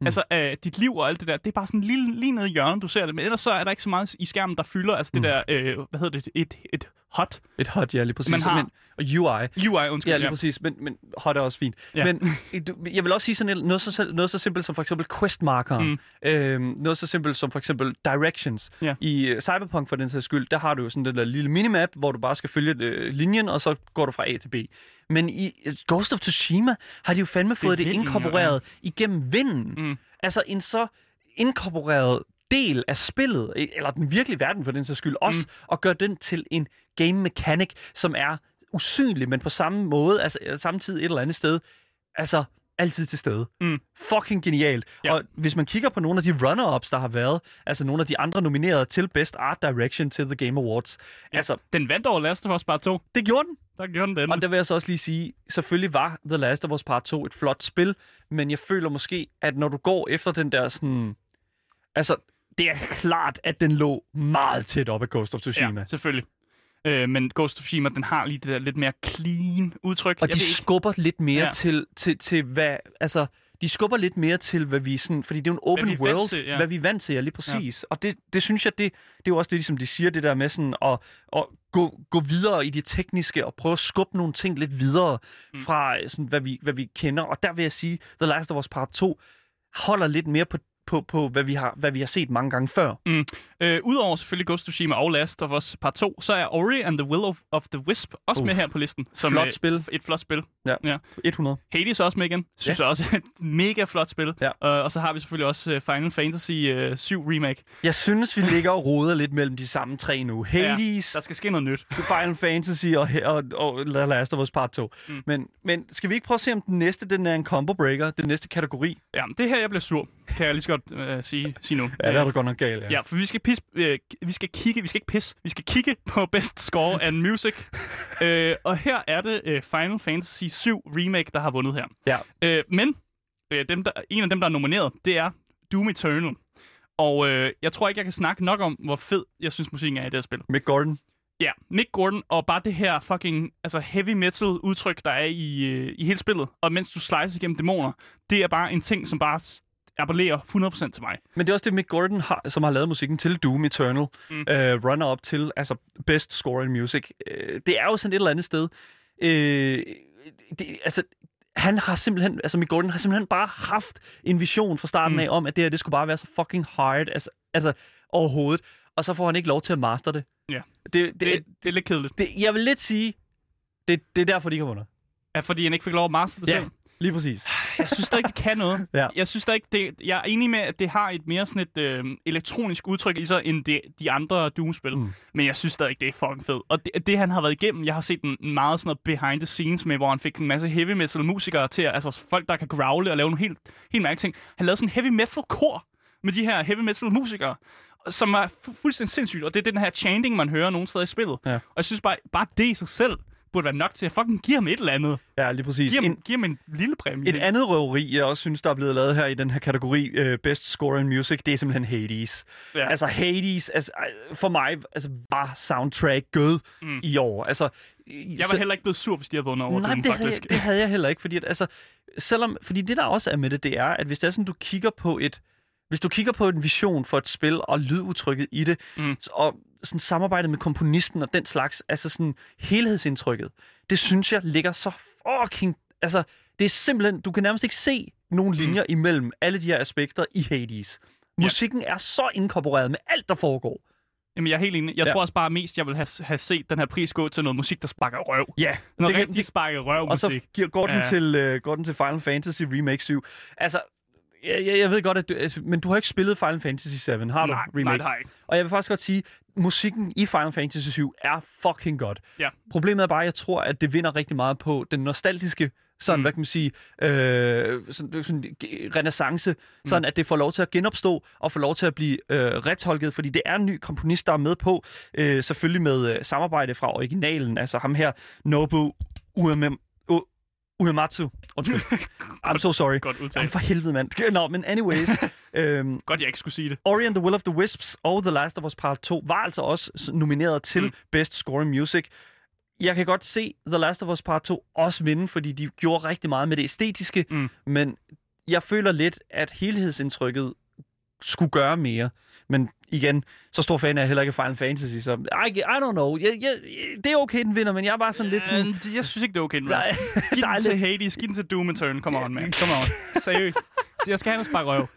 Mm. Altså, øh, dit liv og alt det der, det er bare sådan lige, lige nede i hjørnet, du ser det. Men ellers så er der ikke så meget i skærmen, der fylder. Altså mm. det der, øh, hvad hedder det, et, et hot. Et hot, ja, lige præcis. Man har... Men, og U I. U I, undskyld. Ja, lige ja. præcis. Men, men hot er også fint. Ja. Men du, jeg vil også sige sådan noget så, noget så simpelt som for eksempel questmarkeren. Mm. Øhm, noget så simpelt som for eksempel directions. Ja. I uh, Cyberpunk for den sags skyld, der har du jo sådan den der lille minimap, hvor du bare skal følge uh, linjen, og så går du fra A til B. Men i uh, Ghost of Tsushima har de jo fandme fået det, det inkorporeret ja. igennem vinden. Mm. Altså en så inkorporeret del af spillet, eller den virkelige verden for den sags skyld, også mm. at gøre den til en game mechanic, som er usynlig, men på samme måde, altså samtidig et eller andet sted, altså altid til stede. Mm. Fucking genialt. Ja. Og hvis man kigger på nogle af de runner-ups, der har været, altså nogle af de andre nominerede til Best Art Direction til The Game Awards. Ja. Altså, den vandt over Last of Us Part to. Det gjorde den. Der gjorde den den. Og der vil jeg så også lige sige, selvfølgelig var The Last of Us Part to et flot spil, men jeg føler måske, at når du går efter den der sådan... Altså, det er klart, at den lå meget tæt op af Ghost of Tsushima. Ja, selvfølgelig. Øh, men Ghost of Tsushima, den har lige det der lidt mere clean udtryk. Og jeg de skubber ikke. lidt mere ja. til, til, til, hvad... Altså, de skubber lidt mere til, hvad vi sådan... Fordi det er jo en open hvad world, til, ja. hvad vi er vant til, ja, lige præcis. Ja. Og det, det synes jeg, det, det er jo også det, som de siger, det der med sådan at, at gå, gå videre i det tekniske, og prøve at skubbe nogle ting lidt videre mm. fra, sådan, hvad, vi, hvad vi kender. Og der vil jeg sige, The Last of Us Part to holder lidt mere på På, på hvad, vi har, hvad vi har set mange gange før. Mm. Øh, Udover selvfølgelig Ghost of Tsushima og Last of Us Part to, så er Ori and the Will of, of the Wisp også Uf. med her på listen. Som flot øh, spil. Et flot spil. Ja, ja. hundrede. Hades er også med igen. Synes ja. jeg også er et mega flot spil. Ja. Uh, og så har vi selvfølgelig også uh, Final Fantasy uh, syv Remake. Jeg synes, vi ligger og roder lidt mellem de samme tre nu. Hades, ja, der skal ske noget nyt. Final Fantasy og, og, og The Last of Us Part to. Mm. Men, men skal vi ikke prøve at se, om den næste den er en combo breaker, den næste kategori? Ja, det her, jeg bliver sur, kan jeg lige så godt uh, sige. Sige nu. Ja, det er du godt nok galt, ja. Ja, for vi skal, pis, øh, vi skal kigge, vi skal ikke pisse, vi skal kigge på Best Score and Music. øh, og her er det øh, Final Fantasy syv Remake, der har vundet her. Ja. Øh, men øh, dem, der, en af dem, der er nomineret, det er Doom Eternal. Og øh, jeg tror ikke, jeg kan snakke nok om, hvor fed jeg synes, musikken er i det her spil. Mick Gordon. Ja, Mick Gordon, og bare det her fucking altså heavy metal udtryk, der er i, øh, i hele spillet. Og mens du slicer igennem dæmoner, det er bare en ting, som bare appellerer hundrede procent til mig. Men det er også det, Mick Gordon har, som har lavet musikken til Doom Eternal. Mm. Uh, runner-up til, altså Best Score in Music. Uh, det er jo sådan et eller andet sted. Uh, det, altså, han har simpelthen, altså Mick Gordon har simpelthen bare haft en vision fra starten mm. af, om at det her, det skulle bare være så fucking hard, altså, altså overhovedet. Og så får han ikke lov til at master det. Ja, det, det, det, det er lidt kedeligt. Det, jeg vil lidt sige, det, det er derfor, de ikke har vundet. Ja, fordi han ikke fik lov at master det ja. selv? Lige præcis. Jeg synes da ikke, det kan noget. ja. Jeg synes da ikke, det, jeg er enig med, at det har et mere sådan et øh, elektronisk udtryk i sig, end det, de andre Doom-spil. Mm. Men jeg synes da ikke, det er fucking fedt. Og det, det, han har været igennem, jeg har set en meget sådan noget behind the scenes med, hvor han fik en masse heavy metal musikere til, altså folk, der kan growle og lave nogle helt, helt mærkelige ting. Han lavede sådan en heavy metal kor med de her heavy metal musikere, som er fu- fuldstændig sindssygt. Og det er den her chanting, man hører nogle steder i spillet. Ja. Og jeg synes bare, bare det i sig selv burde være nok til at fucking give ham et eller andet. Ja, lige præcis. Giv ham, en, giv ham en lille præmie. Et andet røveri, jeg også synes, der er blevet lavet her i den her kategori, uh, Best Score in Music, det er simpelthen Hades. Ja. Altså Hades, altså, for mig, altså, var soundtracket mm. i år. Altså, jeg var så, heller ikke blevet sur, hvis de havde vundet over nej, filmen, det faktisk. Havde, det havde jeg heller ikke, fordi at, altså, selvom, fordi det der også er med det, det er, at hvis det er sådan, du kigger på et, hvis du kigger på en vision for et spil, og lydudtrykket i det, mm. og sådan samarbejdet med komponisten og den slags, altså sådan helhedsindtrykket, det synes jeg ligger så fucking... Altså, det er simpelthen... Du kan nærmest ikke se nogen linjer mm. imellem alle de her aspekter i Hades. Musikken ja. er så inkorporeret med alt, der foregår. Jamen, jeg er helt enig. Jeg ja. tror også bare mest, jeg vil have, have set den her pris gå til noget musik, der sparker røv. Ja. Noget rigtig det, sparker røv musik. Og så går den, ja. til, uh, går den til Final Fantasy Remake syv. Altså... Jeg, jeg ved godt, at du, men du har ikke spillet Final Fantasy syv, har du? Nej, remake? nej, det har jeg ikke. Og jeg vil faktisk godt sige, at musikken i Final Fantasy syv er fucking godt. Ja. Problemet er bare, at jeg tror, at det vinder rigtig meget på den nostalgiske, sådan, mm. hvad kan man sige, øh, sådan, sådan renaissance, mm. sådan at det får lov til at genopstå og får lov til at blive øh, retolket, fordi det er en ny komponist, der er med på, øh, selvfølgelig med øh, samarbejde fra originalen, altså ham her, Nobu Uemem. Uematsu. Undskyld. I'm so sorry. Godt udtalt. Jamen for helvede, mand. Nå, men anyways. øhm, Godt, jeg ikke skulle sige det. Ori and the Will of the Wisps og The Last of Us Part to var altså også nomineret til mm. Best Score in Music. Jeg kan godt se The Last of Us Part to også vinde, fordi de gjorde rigtig meget med det æstetiske, mm. men jeg føler lidt, at helhedsindtrykket skulle gøre mere. Men igen, så stor fan er jeg heller ikke af Final Fantasy, så I, I don't know. Jeg, jeg, det er okay, den vinder, men jeg er bare sådan lidt sådan... Uh, jeg synes ikke, det er okay, den vinder. Giv den lidt... til Hades, giv den til Doom Eternal. Come on, man. Come on. Seriøst. Jeg skal have noget spark røv.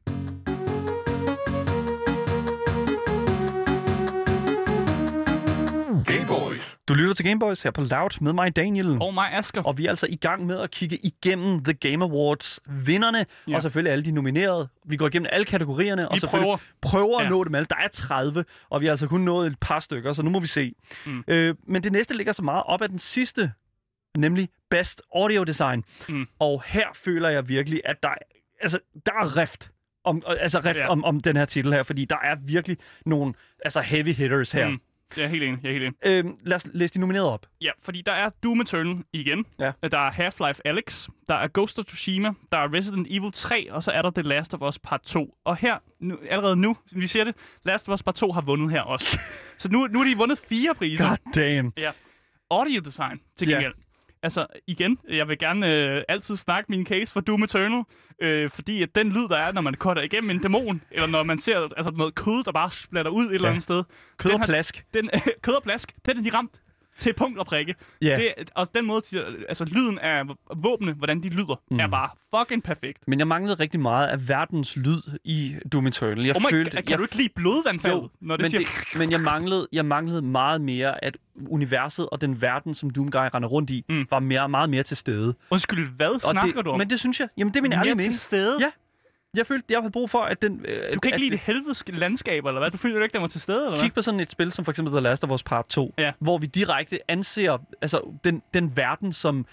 Du lytter til Gameboys her på Loud med mig, Daniel. Og mig, Asger. Og vi er altså i gang med at kigge igennem The Game Awards vinderne, ja. Og selvfølgelig alle de nominerede. Vi går igennem alle kategorierne, og vi selvfølgelig prøver, prøver at ja. nå dem alle. Der er tredive, og vi har altså kun nået et par stykker, så nu må vi se. Mm. Øh, men det næste ligger så meget op af den sidste, nemlig Best Audio Design. Mm. Og her føler jeg virkelig, at der, altså, der er rift. Om, altså rift ja. om, om den her titel her, fordi der er virkelig nogle altså heavy hitters her. Mm. Jeg er helt enig, jeg er helt enig. Øhm, lad os læse de nominerede op. Ja, fordi der er Doom Eternal igen. Ja. Der er Half-Life Alyx. Der er Ghost of Tsushima. Der er Resident Evil tre. Og så er der The Last of Us Part to. Og her, nu, allerede nu, vi siger det, Last of Us Part to har vundet her også. Så nu, nu har de vundet fire priser. God damn. Ja. Audio design til gengæld. Yeah. Altså, igen, jeg vil gerne øh, altid snakke min case for Doom Eternal, øh, fordi at den lyd, der er, når man cutter igennem en dæmon, eller når man ser altså, noget kød, der bare splatter ud et ja. eller andet sted. Kød og plask. Den, øh, kød og plask, den er de ramt til punkt og prikke. Yeah. Det, og den måde, altså lyden af våbne, hvordan de lyder, mm. er bare fucking perfekt. Men jeg manglede rigtig meget af verdens lyd i Doom Eternal. Jeg oh my, følte, kan jeg, du ikke lide blodvandfaldet, når det men siger... Det, men jeg manglede, jeg manglede meget mere, at universet og den verden, som Doomguy render rundt i, mm. var mere, meget mere til stede. Undskyld, hvad snakker det, du om? Men det synes jeg. Jamen, det er min ærlige mening. Mere til stede? Ja. Jeg følte, jeg havde brug for, at den... Øh, du kan ikke at, lide det helvedeske landskab, eller hvad? Du følte ikke, den var til stede, eller hvad? Kig på sådan et spil, som for eksempel The Last of Us Part to, ja. Hvor vi direkte anser altså, den, den verden, som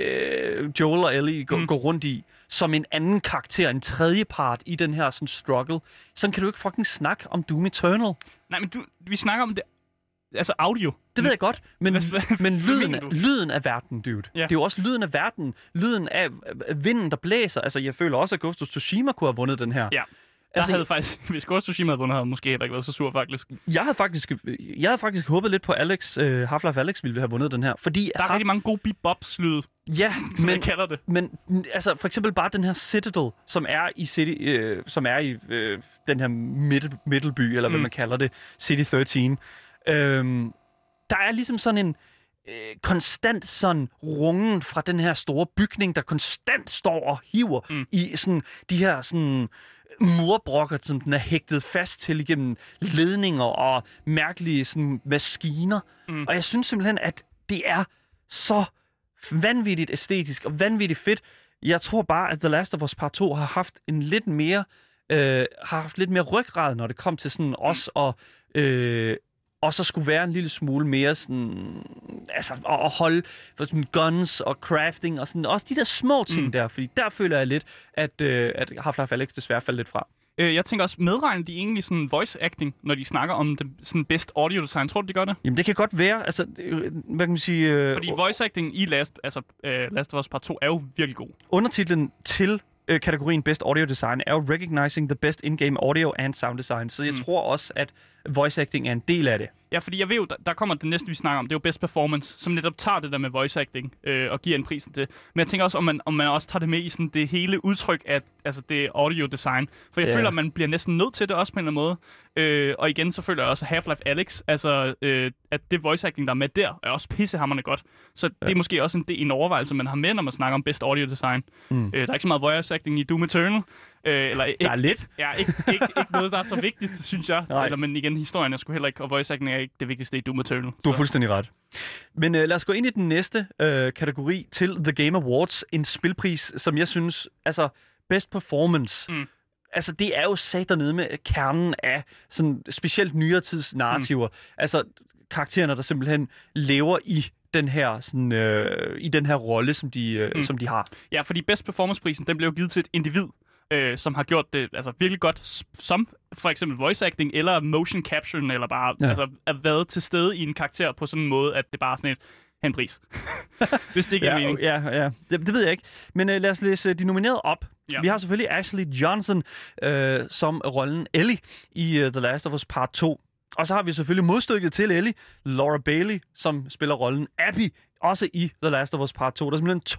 øh, Joel og Ellie går, mm. går rundt i, som en anden karakter, en tredje part i den her sådan, struggle. Sådan kan du ikke fucking snakke om Doom Eternal. Nej, men du, vi snakker om det... Altså audio. Det ved jeg godt, men, hvad, hvad, men lyden, lyden af verden, dude. Ja. Det er jo også lyden af verden. Lyden af vinden, der blæser. Altså, jeg føler også, at Ghost of Tsushima kunne have vundet den her. Ja. Jeg altså, havde faktisk, hvis Ghost of Tsushima havde vundet, havde måske heller ikke været så sur, faktisk. Jeg havde faktisk, jeg havde faktisk håbet lidt på Alex, uh, Half-Life Alyx ville have vundet den her. Fordi der er har... rigtig mange gode bebops-lyde, ja, som men, jeg kalder det. Men altså, for eksempel bare den her Citadel, som er i, city, øh, som er i øh, den her middel, middelby, eller mm. hvad man kalder det, City tretten. Øhm, der er ligesom sådan en øh, konstant sådan rungen fra den her store bygning, der konstant står og hiver mm. i sådan de her sådan murbrokker, som den er hægtet fast til igennem ledninger og mærkelige sådan maskiner. Mm. Og jeg synes simpelthen, at det er så vanvittigt æstetisk og vanvittigt fedt. Jeg tror bare, at The Last of Us Part to har haft en lidt mere øh, har haft lidt mere ryggrad, når det kom til sådan mm. os og øh, og så skulle være en lille smule mere sådan, altså at holde for sådan guns og crafting og sådan, også de der små ting mm. der, fordi der føler jeg lidt, at, øh, at Half-Life Alyx desværre faldt lidt fra. Jeg tænker også, medregner de egentlig sådan voice acting, når de snakker om det sådan best audio design? Tror du, de gør det? Jamen, det kan godt være. Altså, hvad kan man sige? Øh, Fordi voice acting i Last, altså, uh, Last of Us Part to er jo virkelig god. Undertitlen til øh, kategorien Best Audio Design er jo Recognizing the Best In-Game Audio and Sound Design. Så jeg mm. tror også, at voice acting er en del af det. Ja, fordi jeg ved jo, der, der kommer det næste, vi snakker om, det er jo Best Performance, som netop tager det der med voice acting øh, og giver en prisen til. Men jeg tænker også, om man, om man også tager det med i sådan det hele udtryk af altså det audio design. For jeg yeah. føler, at man bliver næsten nødt til det også på en eller anden måde. Øh, og igen, så føler jeg også Half-Life Alyx, altså øh, at det voice acting, der er med der, er også pissehammerende godt. Så ja. Det er måske også en, en overvejelse, man har med, når man snakker om Best Audio Design. Mm. Øh, der er ikke så meget voice acting i Doom Eternal. Øh, eller ikke, der er lidt. Ja, ikke, ikke, ikke noget, der er så vigtigt, synes jeg. Eller, men igen, historien er sgu heller ikke, og voice acting er ikke det vigtigste i Doom Eternal. Du har fuldstændig ret. Men øh, lad os gå ind i den næste øh, kategori til The Game Awards. En spilpris, som jeg synes, altså Best Performance. Mm. Altså, det er jo sat dernede med kernen af sådan specielt nyere tids narrativer. Mm. Altså, karaktererne, der simpelthen lever i den her sådan øh, i den her rolle, som de øh, mm. som de har. Ja, fordi Best Performance-prisen, den blev givet til et individ, øh, som har gjort det altså virkelig godt, som for eksempel voice acting eller motion capture, eller bare ja. altså at være til stede i en karakter på sådan en måde, at det bare er sådan et en pris. Hvis det ikke ja, er mening. Ja, ja. Det, det ved jeg ikke. Men øh, lad os læse de nominerede op. Ja. Vi har selvfølgelig Ashley Johnson øh, som rollen Ellie i uh, The Last of Us Part to. Og så har vi selvfølgelig modstykket til Ellie, Laura Bailey, som spiller rollen Abby, også i The Last of Us Part to. Der er simpelthen to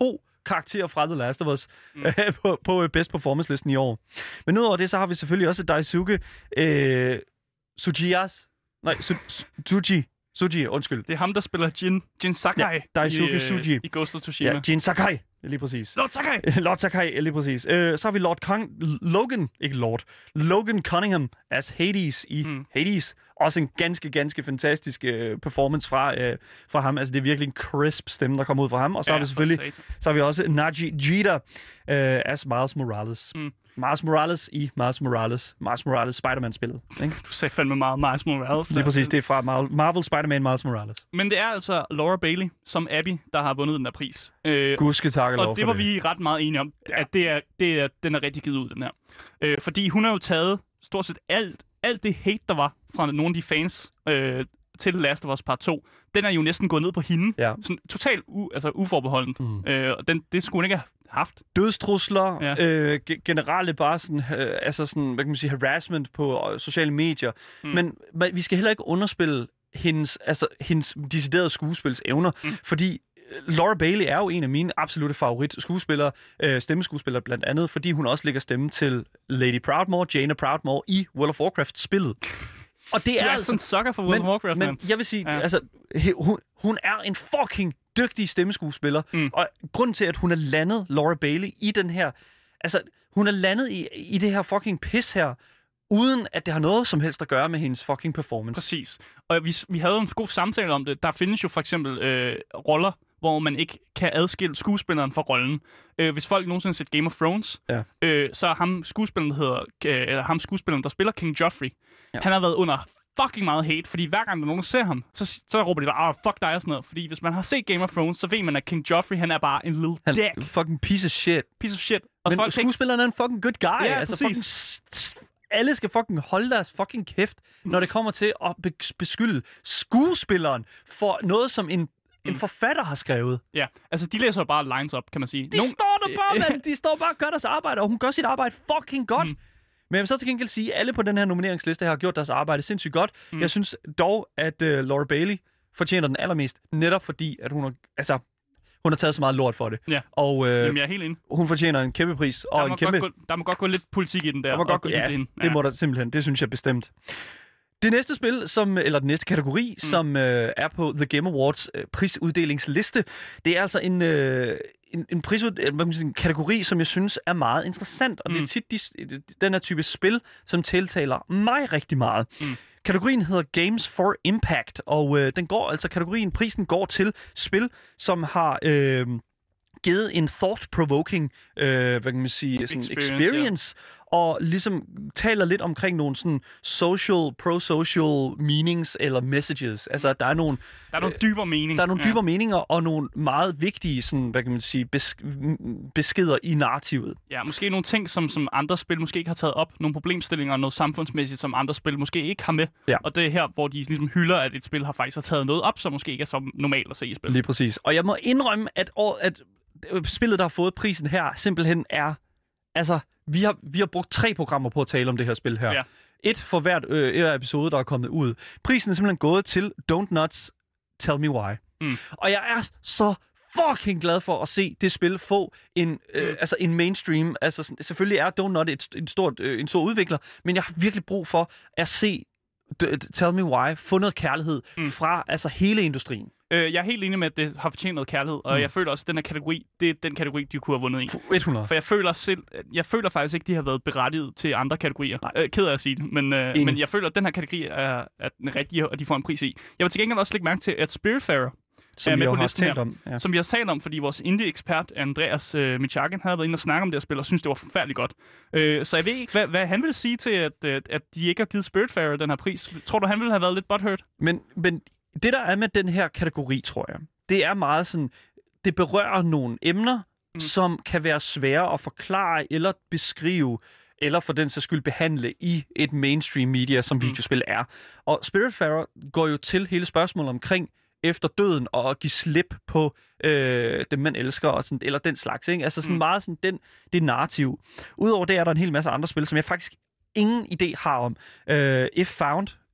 karakter fra The Last of Us mm. på, på best performance-listen i år. Men udover det, så har vi selvfølgelig også Daisuke øh, Tsuchiyas. Nej, Su- Tsuji. Tsuji, undskyld. Det er ham, der spiller Jin, Jin Sakai ja, Daisuke i, Tsuji. i Ghost of Tsushima. Ja, Jin Sakai. Lige præcis. Lord Sakai! Lord Sakai, lige præcis. Øh, så har vi Lord Con- Logan, ikke Lord, Logan Cunningham as Hades i mm. Hades. Også en ganske, ganske fantastisk øh, performance fra, øh, fra ham. Altså, det er virkelig en crisp stemme, der kommer ud fra ham. Og så ja, har vi selvfølgelig, så har vi også Naji Jita øh, as Miles Morales. Mm. Miles Morales i Miles Morales. Miles Morales Spider-Man-spillet. Ikke? Du sagde fandme meget Miles Morales. Lige præcis, det er fra Marvel Spider-Man Miles Morales. Men det er altså Laura Bailey som Abby, der har vundet den der pris. Øh, Gudske tak og lov Og det var det. Vi ret meget enige om, ja. at det er, det er, den er rigtig givet ud, den her. Øh, fordi hun har jo taget stort set alt, alt det hate, der var fra nogle af de fans øh, til Last of Us Part to. Den er jo næsten gået ned på hende. Ja. Sådan totalt u, altså uforbeholdent. Mm. Øh, og den, det skulle hun ikke have haft. Dødstrusler, ja. øh, ge- generelle bare sådan, øh, altså sådan, hvad kan man sige, harassment på øh, sociale medier. Mm. Men, men vi skal heller ikke underspille hendes, altså, hendes deciderede skuespilsevner, mm. fordi Laura Bailey er jo en af mine absolutte favorit skuespillere, øh, stemmeskuespillere blandt andet, fordi hun også lægger stemme til Lady Proudmoore, Jaina Proudmoore i World of Warcraft-spillet. Og det er, er altså sådan en sucker for World men, of Warcraft, men man. jeg vil sige, ja. altså, hun, hun er en fucking dygtig stemmeskuespiller, mm. og grunden til, at hun er landet, Laura Bailey, i den her, altså, hun er landet i, i det her fucking pis her, uden at det har noget som helst at gøre med hendes fucking performance. Præcis. Og vi, vi havde en god samtale om det. Der findes jo for eksempel øh, roller, hvor man ikke kan adskille skuespilleren fra rollen. Øh, hvis folk nogensinde har set Game of Thrones, ja. øh, så er ham skuespilleren, der hedder, øh, eller ham skuespilleren, der spiller King Joffrey, ja. han har været under fucking meget hate, fordi hver gang der nogen ser ham, så, så råber de bare, ah, fuck dig og sådan noget. Fordi hvis man har set Game of Thrones, så ved man, at King Joffrey, han er bare en little han, dick. Fucking piece of shit. Piece of shit. Og men skuespilleren er en fucking good guy. Ja, altså, præcis. Fucking, alle skal fucking holde deres fucking kæft, når det kommer til at be- beskylde skuespilleren for noget, som en en forfatter har skrevet. Ja, altså de læser jo bare lines op, kan man sige. De Nogle... står der bare, mand! De står bare og gør deres arbejde, og hun gør sit arbejde fucking godt. Mm. Men jeg vil så til gengæld sige, at alle på den her nomineringsliste har gjort deres arbejde sindssygt godt. Mm. Jeg synes dog, at uh, Laura Bailey fortjener den allermest, netop fordi, at hun har, altså, hun har taget så meget lort for det. Ja, og, uh, Jamen, jeg er helt enig. Hun fortjener en kæmpe pris. Og der, må en kæmpe... gå, der må godt gå lidt politik i den der. der må godt gå, ja, til hende. Ja, det må der simpelthen. Det synes jeg bestemt. Det næste spil, som, eller den næste kategori, mm. som øh, er på The Game Awards øh, prisuddelingsliste, det er altså en, øh, en, en, prisud, en kategori, som jeg synes er meget interessant. Og mm. det er tit de, den her type spil, som tiltaler mig rigtig meget. Mm. Kategorien hedder Games for Impact, og øh, den går altså kategorien, prisen går til spil, som har øh, givet en thought-provoking, øh, hvad kan man sige, sådan experience, experience ja. Og ligesom taler lidt omkring nogle sådan social, pro-social meanings eller messages. Altså, der er nogle... Der er nogle dybere meninger. Der er nogle dybere ja. meninger og nogle meget vigtige, sådan, hvad kan man sige, besk- beskeder i narrativet. Ja, måske nogle ting, som, som andre spil måske ikke har taget op. Nogle problemstillinger og noget samfundsmæssigt, som andre spil måske ikke har med. Ja. Og det er her, hvor de ligesom hylder, at et spil har faktisk har taget noget op, som måske ikke er så normalt at se i spil. Lige præcis. Og jeg må indrømme, at, at spillet, der har fået prisen her, simpelthen er... Altså, vi har, vi har brugt tre programmer på at tale om det her spil her. Ja. Et for hvert øh, episode, der er kommet ud. Prisen er simpelthen gået til Don't Nuts, Tell Me Why. Mm. Og jeg er så fucking glad for at se det spil få en, øh, mm. altså en mainstream. Altså, selvfølgelig er Don't Nut et, et stort, øh, en stor udvikler, men jeg har virkelig brug for at se Tell Me Why få noget kærlighed mm. fra altså hele industrien. Øh, jeg er helt enig med, at det har fortjent noget kærlighed, og mm. jeg føler også, at den her kategori, det er den kategori, de kunne have vundet i. hundrede. For jeg føler selv, jeg føler faktisk ikke, de har været berettiget til andre kategorier. Øh, ked af at sige det, men, øh, men jeg føler, at den her kategori er, er den rigtige, og de får en pris i. Jeg vil til gengæld også lægge mærke til, at Spiritfarer som er vi med på har listen her, om, ja. som vi har talt om, fordi vores indie-ekspert Andreas øh, Michagan havde været inde og snakke om det her spil, og synes det var forfærdeligt godt. Øh, så jeg ved ikke, hvad, hvad han vil sige til, at, at de ikke har givet Spiritfarer den her pris. Tror du, han ville have været lidt butthurt? Men, men det, der er med den her kategori, tror jeg, det er meget sådan, det berører nogle emner, mm. som kan være svære at forklare eller beskrive, eller for den sags skyld behandle i et mainstream media, som mm. videospil er. Og Spiritfarer går jo til hele spørgsmålet omkring efter døden og at give slip på øh, dem, man elsker, og sådan, eller den slags. Ikke? Altså sådan mm. meget sådan den, det narrativ. Udover det er der en hel masse andre spil, som jeg faktisk ingen idé har om. Uh, If Found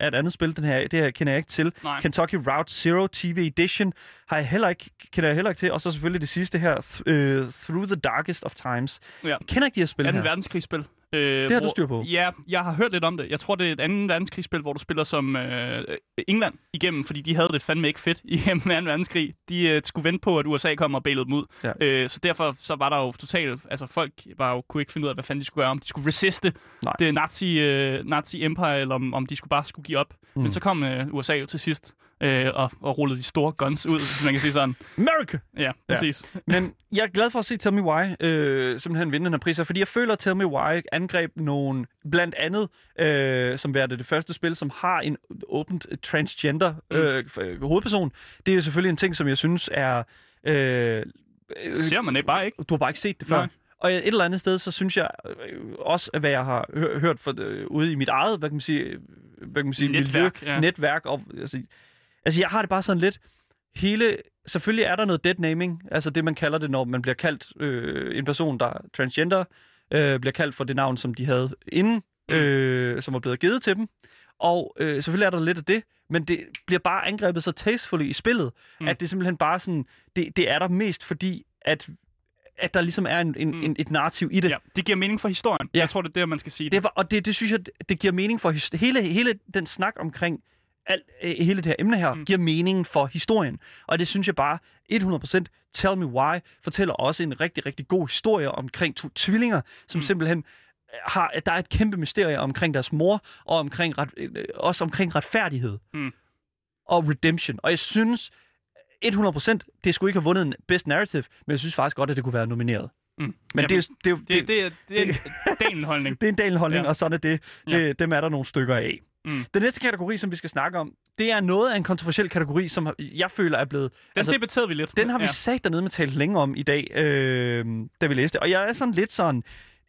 er et andet spil. Den her, det her kender jeg ikke til. Nej. Kentucky Route Zero T V Edition har jeg heller ikke, kender jeg heller ikke til. Og så selvfølgelig det sidste her, th- uh, Through the Darkest of Times. Ja. Jeg kender ikke de her spil anden her. verdenskrigsspil. Øh, Det har hvor, du styr på. Ja, jeg har hørt lidt om det. Jeg tror, det er et andet verdenskrigsspil, hvor du spiller som øh, England igennem, fordi de havde det fandme ikke fedt igennem anden verdenskrig. De øh, skulle vente på, at U S A kom og bailede dem ud. Ja. Øh, så derfor så var der jo totalt... Altså, folk var jo, kunne ikke finde ud af, hvad fanden de skulle gøre. Om de skulle resiste Nej. det nazi, øh, nazi empire, eller om, om de skulle bare skulle give op. Mm. Men så kom øh, U S A jo til sidst øh, og, og rullede de store guns ud, hvis man kan sige sådan. America! Ja, præcis. Ja. Men jeg er glad for at se Tell Me Why øh, simpelthen vinde den her priser, fordi jeg føler, at Tell Me Why angreb nogen, blandt andet, øh, som var det, det første spil, som har en åbent transgender øh, mm. hovedperson. Det er jo selvfølgelig en ting, som jeg synes er... Øh, Ser man det bare ikke? Du har bare ikke set det før. Nej. Og et eller andet sted, så synes jeg øh, også, at hvad jeg har hø- hørt for, øh, ude i mit eget, hvad kan man sige, hvad kan man sige netværk, miljø, ja. netværk. Og, altså, altså, jeg har det bare sådan lidt, hele, selvfølgelig er der noget dead naming, altså det, man kalder det, når man bliver kaldt øh, en person, der er transgender, øh, bliver kaldt for det navn, som de havde inden, øh, som var blevet givet til dem. Og øh, selvfølgelig er der lidt af det, men det bliver bare angrebet så tastefully i spillet, mm. at det simpelthen bare sådan, det, det er der mest fordi, at at der ligesom er en, en, mm. en, et narrativ i det. Ja, det giver mening for historien. Ja. Jeg tror, det er det, man skal sige. Det var, og det, det synes jeg, det giver mening for his- hele, hele den snak omkring alt, hele det her emne her, mm. giver mening for historien. Og det synes jeg bare, hundrede procent Tell Me Why fortæller også en rigtig, rigtig god historie omkring to tvillinger, som mm. simpelthen har, der er et kæmpe mysterie omkring deres mor, og omkring ret, også omkring retfærdighed. Mm. Og redemption. Og jeg synes, hundrede procent, det skulle ikke have vundet en Best Narrative, men jeg synes faktisk godt, at det kunne være nomineret. Mm. Men det, det, det, det, det, er, det er en dalenholdning. Det er en dalenholdning, ja. Og sådan er det. det ja. Dem er der nogle stykker af. Mm. Den næste kategori, som vi skal snakke om, det er noget af en kontroversiel kategori, som jeg føler er blevet... Den altså, debatterede vi lidt. Den har vi ja. sagt dernede med talt længe om i dag, øh, da vi læste. Og jeg er sådan lidt sådan...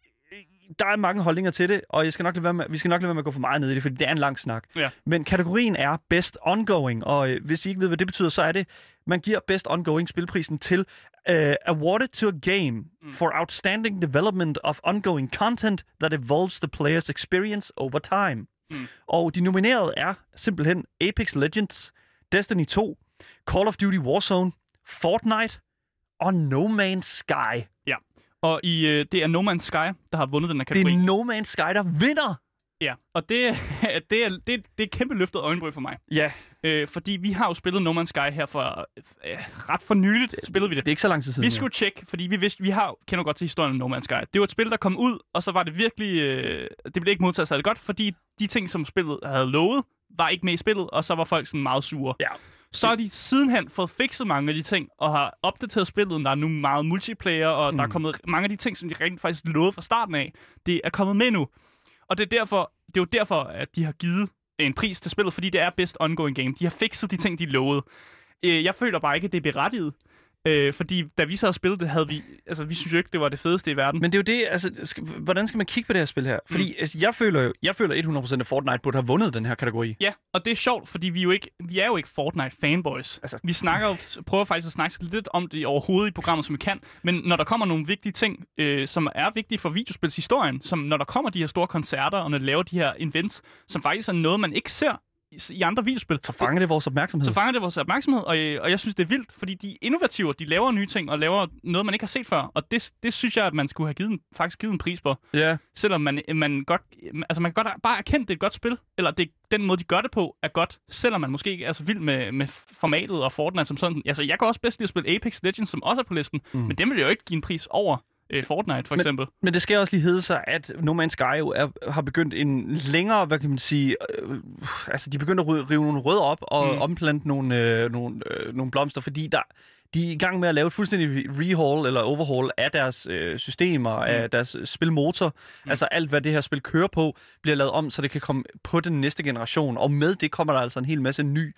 Der er mange holdninger til det, og jeg skal nok lade være med, vi skal nok lade være med at gå for meget ned i det, fordi det er en lang snak. Ja. Men kategorien er Best Ongoing, og øh, hvis I ikke ved, hvad det betyder, så er det, man giver Best Ongoing spilprisen til uh, Awarded to a game mm. for outstanding development of ongoing content that evolves the player's experience over time. Mm. Og de nominerede er simpelthen Apex Legends, Destiny to, Call of Duty Warzone, Fortnite og No Man's Sky. Ja. Og i, øh, det er No Man's Sky, der har vundet den her kategori. Det er No Man's Sky, der vinder! Ja, og det, det, er, det, det er et kæmpe løftet øjenbryn for mig. Ja. Øh, fordi vi har jo spillet No Man's Sky her for øh, ret for nyligt. Spillede vi det. Det er ikke så lang tid siden. Vi skulle tjekke, fordi vi vidste, vi har, kender godt til historien om No Man's Sky. Det var et spil, der kom ud, og så var det virkelig... Øh, det blev ikke modtaget særlig godt, fordi de ting, som spillet havde lovet, var ikke med i spillet, og så var folk sådan meget sure. Ja. Så har de sidenhen fået fikset mange af de ting, og har opdateret spillet. Der er nu meget multiplayer, og mm. der er kommet mange af de ting, som de rent faktisk lovede fra starten af. Det er kommet med nu. Og det er, derfor, det er jo derfor, at de har givet en pris til spillet, fordi det er best ongoing game. De har fikset de ting, de lovede. Jeg føler bare ikke, at det er berettiget. Øh, fordi da vi så havde spillet det, havde vi... Altså, vi synes jo ikke, det var det fedeste i verden. Men det er jo det, altså... Skal, hvordan skal man kigge på det her spil her? Fordi mm. altså, jeg føler jo... Jeg føler hundrede procent, at Fortnite burde have vundet den her kategori. Ja, og det er sjovt, fordi vi, jo ikke, vi er jo ikke Fortnite-fanboys. Altså, vi snakker jo, prøver faktisk at snakke lidt om det overhovedet i programmet, som vi kan. Men når der kommer nogle vigtige ting, øh, som er vigtige for videospilshistorien, som når der kommer de her store koncerter, og når de laver de her events, som faktisk er noget, man ikke ser i andre videospil. Så fanger det vores opmærksomhed. Så fanger det vores opmærksomhed, og, og jeg synes, det er vildt, fordi de er innovativer, de laver nye ting, og laver noget, man ikke har set før. Og det, det synes jeg, at man skulle have givet en, faktisk givet en pris på. Ja. Yeah. Selvom man, man godt... Altså, man kan godt bare erkende, at det er et godt spil, eller det, den måde, de gør det på, er godt, selvom man måske ikke er så vild med, med formatet og Fortnite som sådan. Altså, jeg kan også bedst lide at spille Apex Legends, som også er på listen, mm. men den vil jeg jo ikke give en pris over Fortnite, for eksempel. Men, men det skal også lige hedde sig, at No Man's Sky jo er, har begyndt en længere, hvad kan man sige, øh, altså de begynder at rive nogle rødder op og mm. omplante nogle, øh, nogle, øh, nogle blomster, fordi der, de er i gang med at lave et fuldstændig rehaul eller overhaul af deres øh, systemer, mm. af deres spilmotor. Mm. Altså alt, hvad det her spil kører på, bliver lavet om, så det kan komme på den næste generation. Og med det kommer der altså en hel masse ny,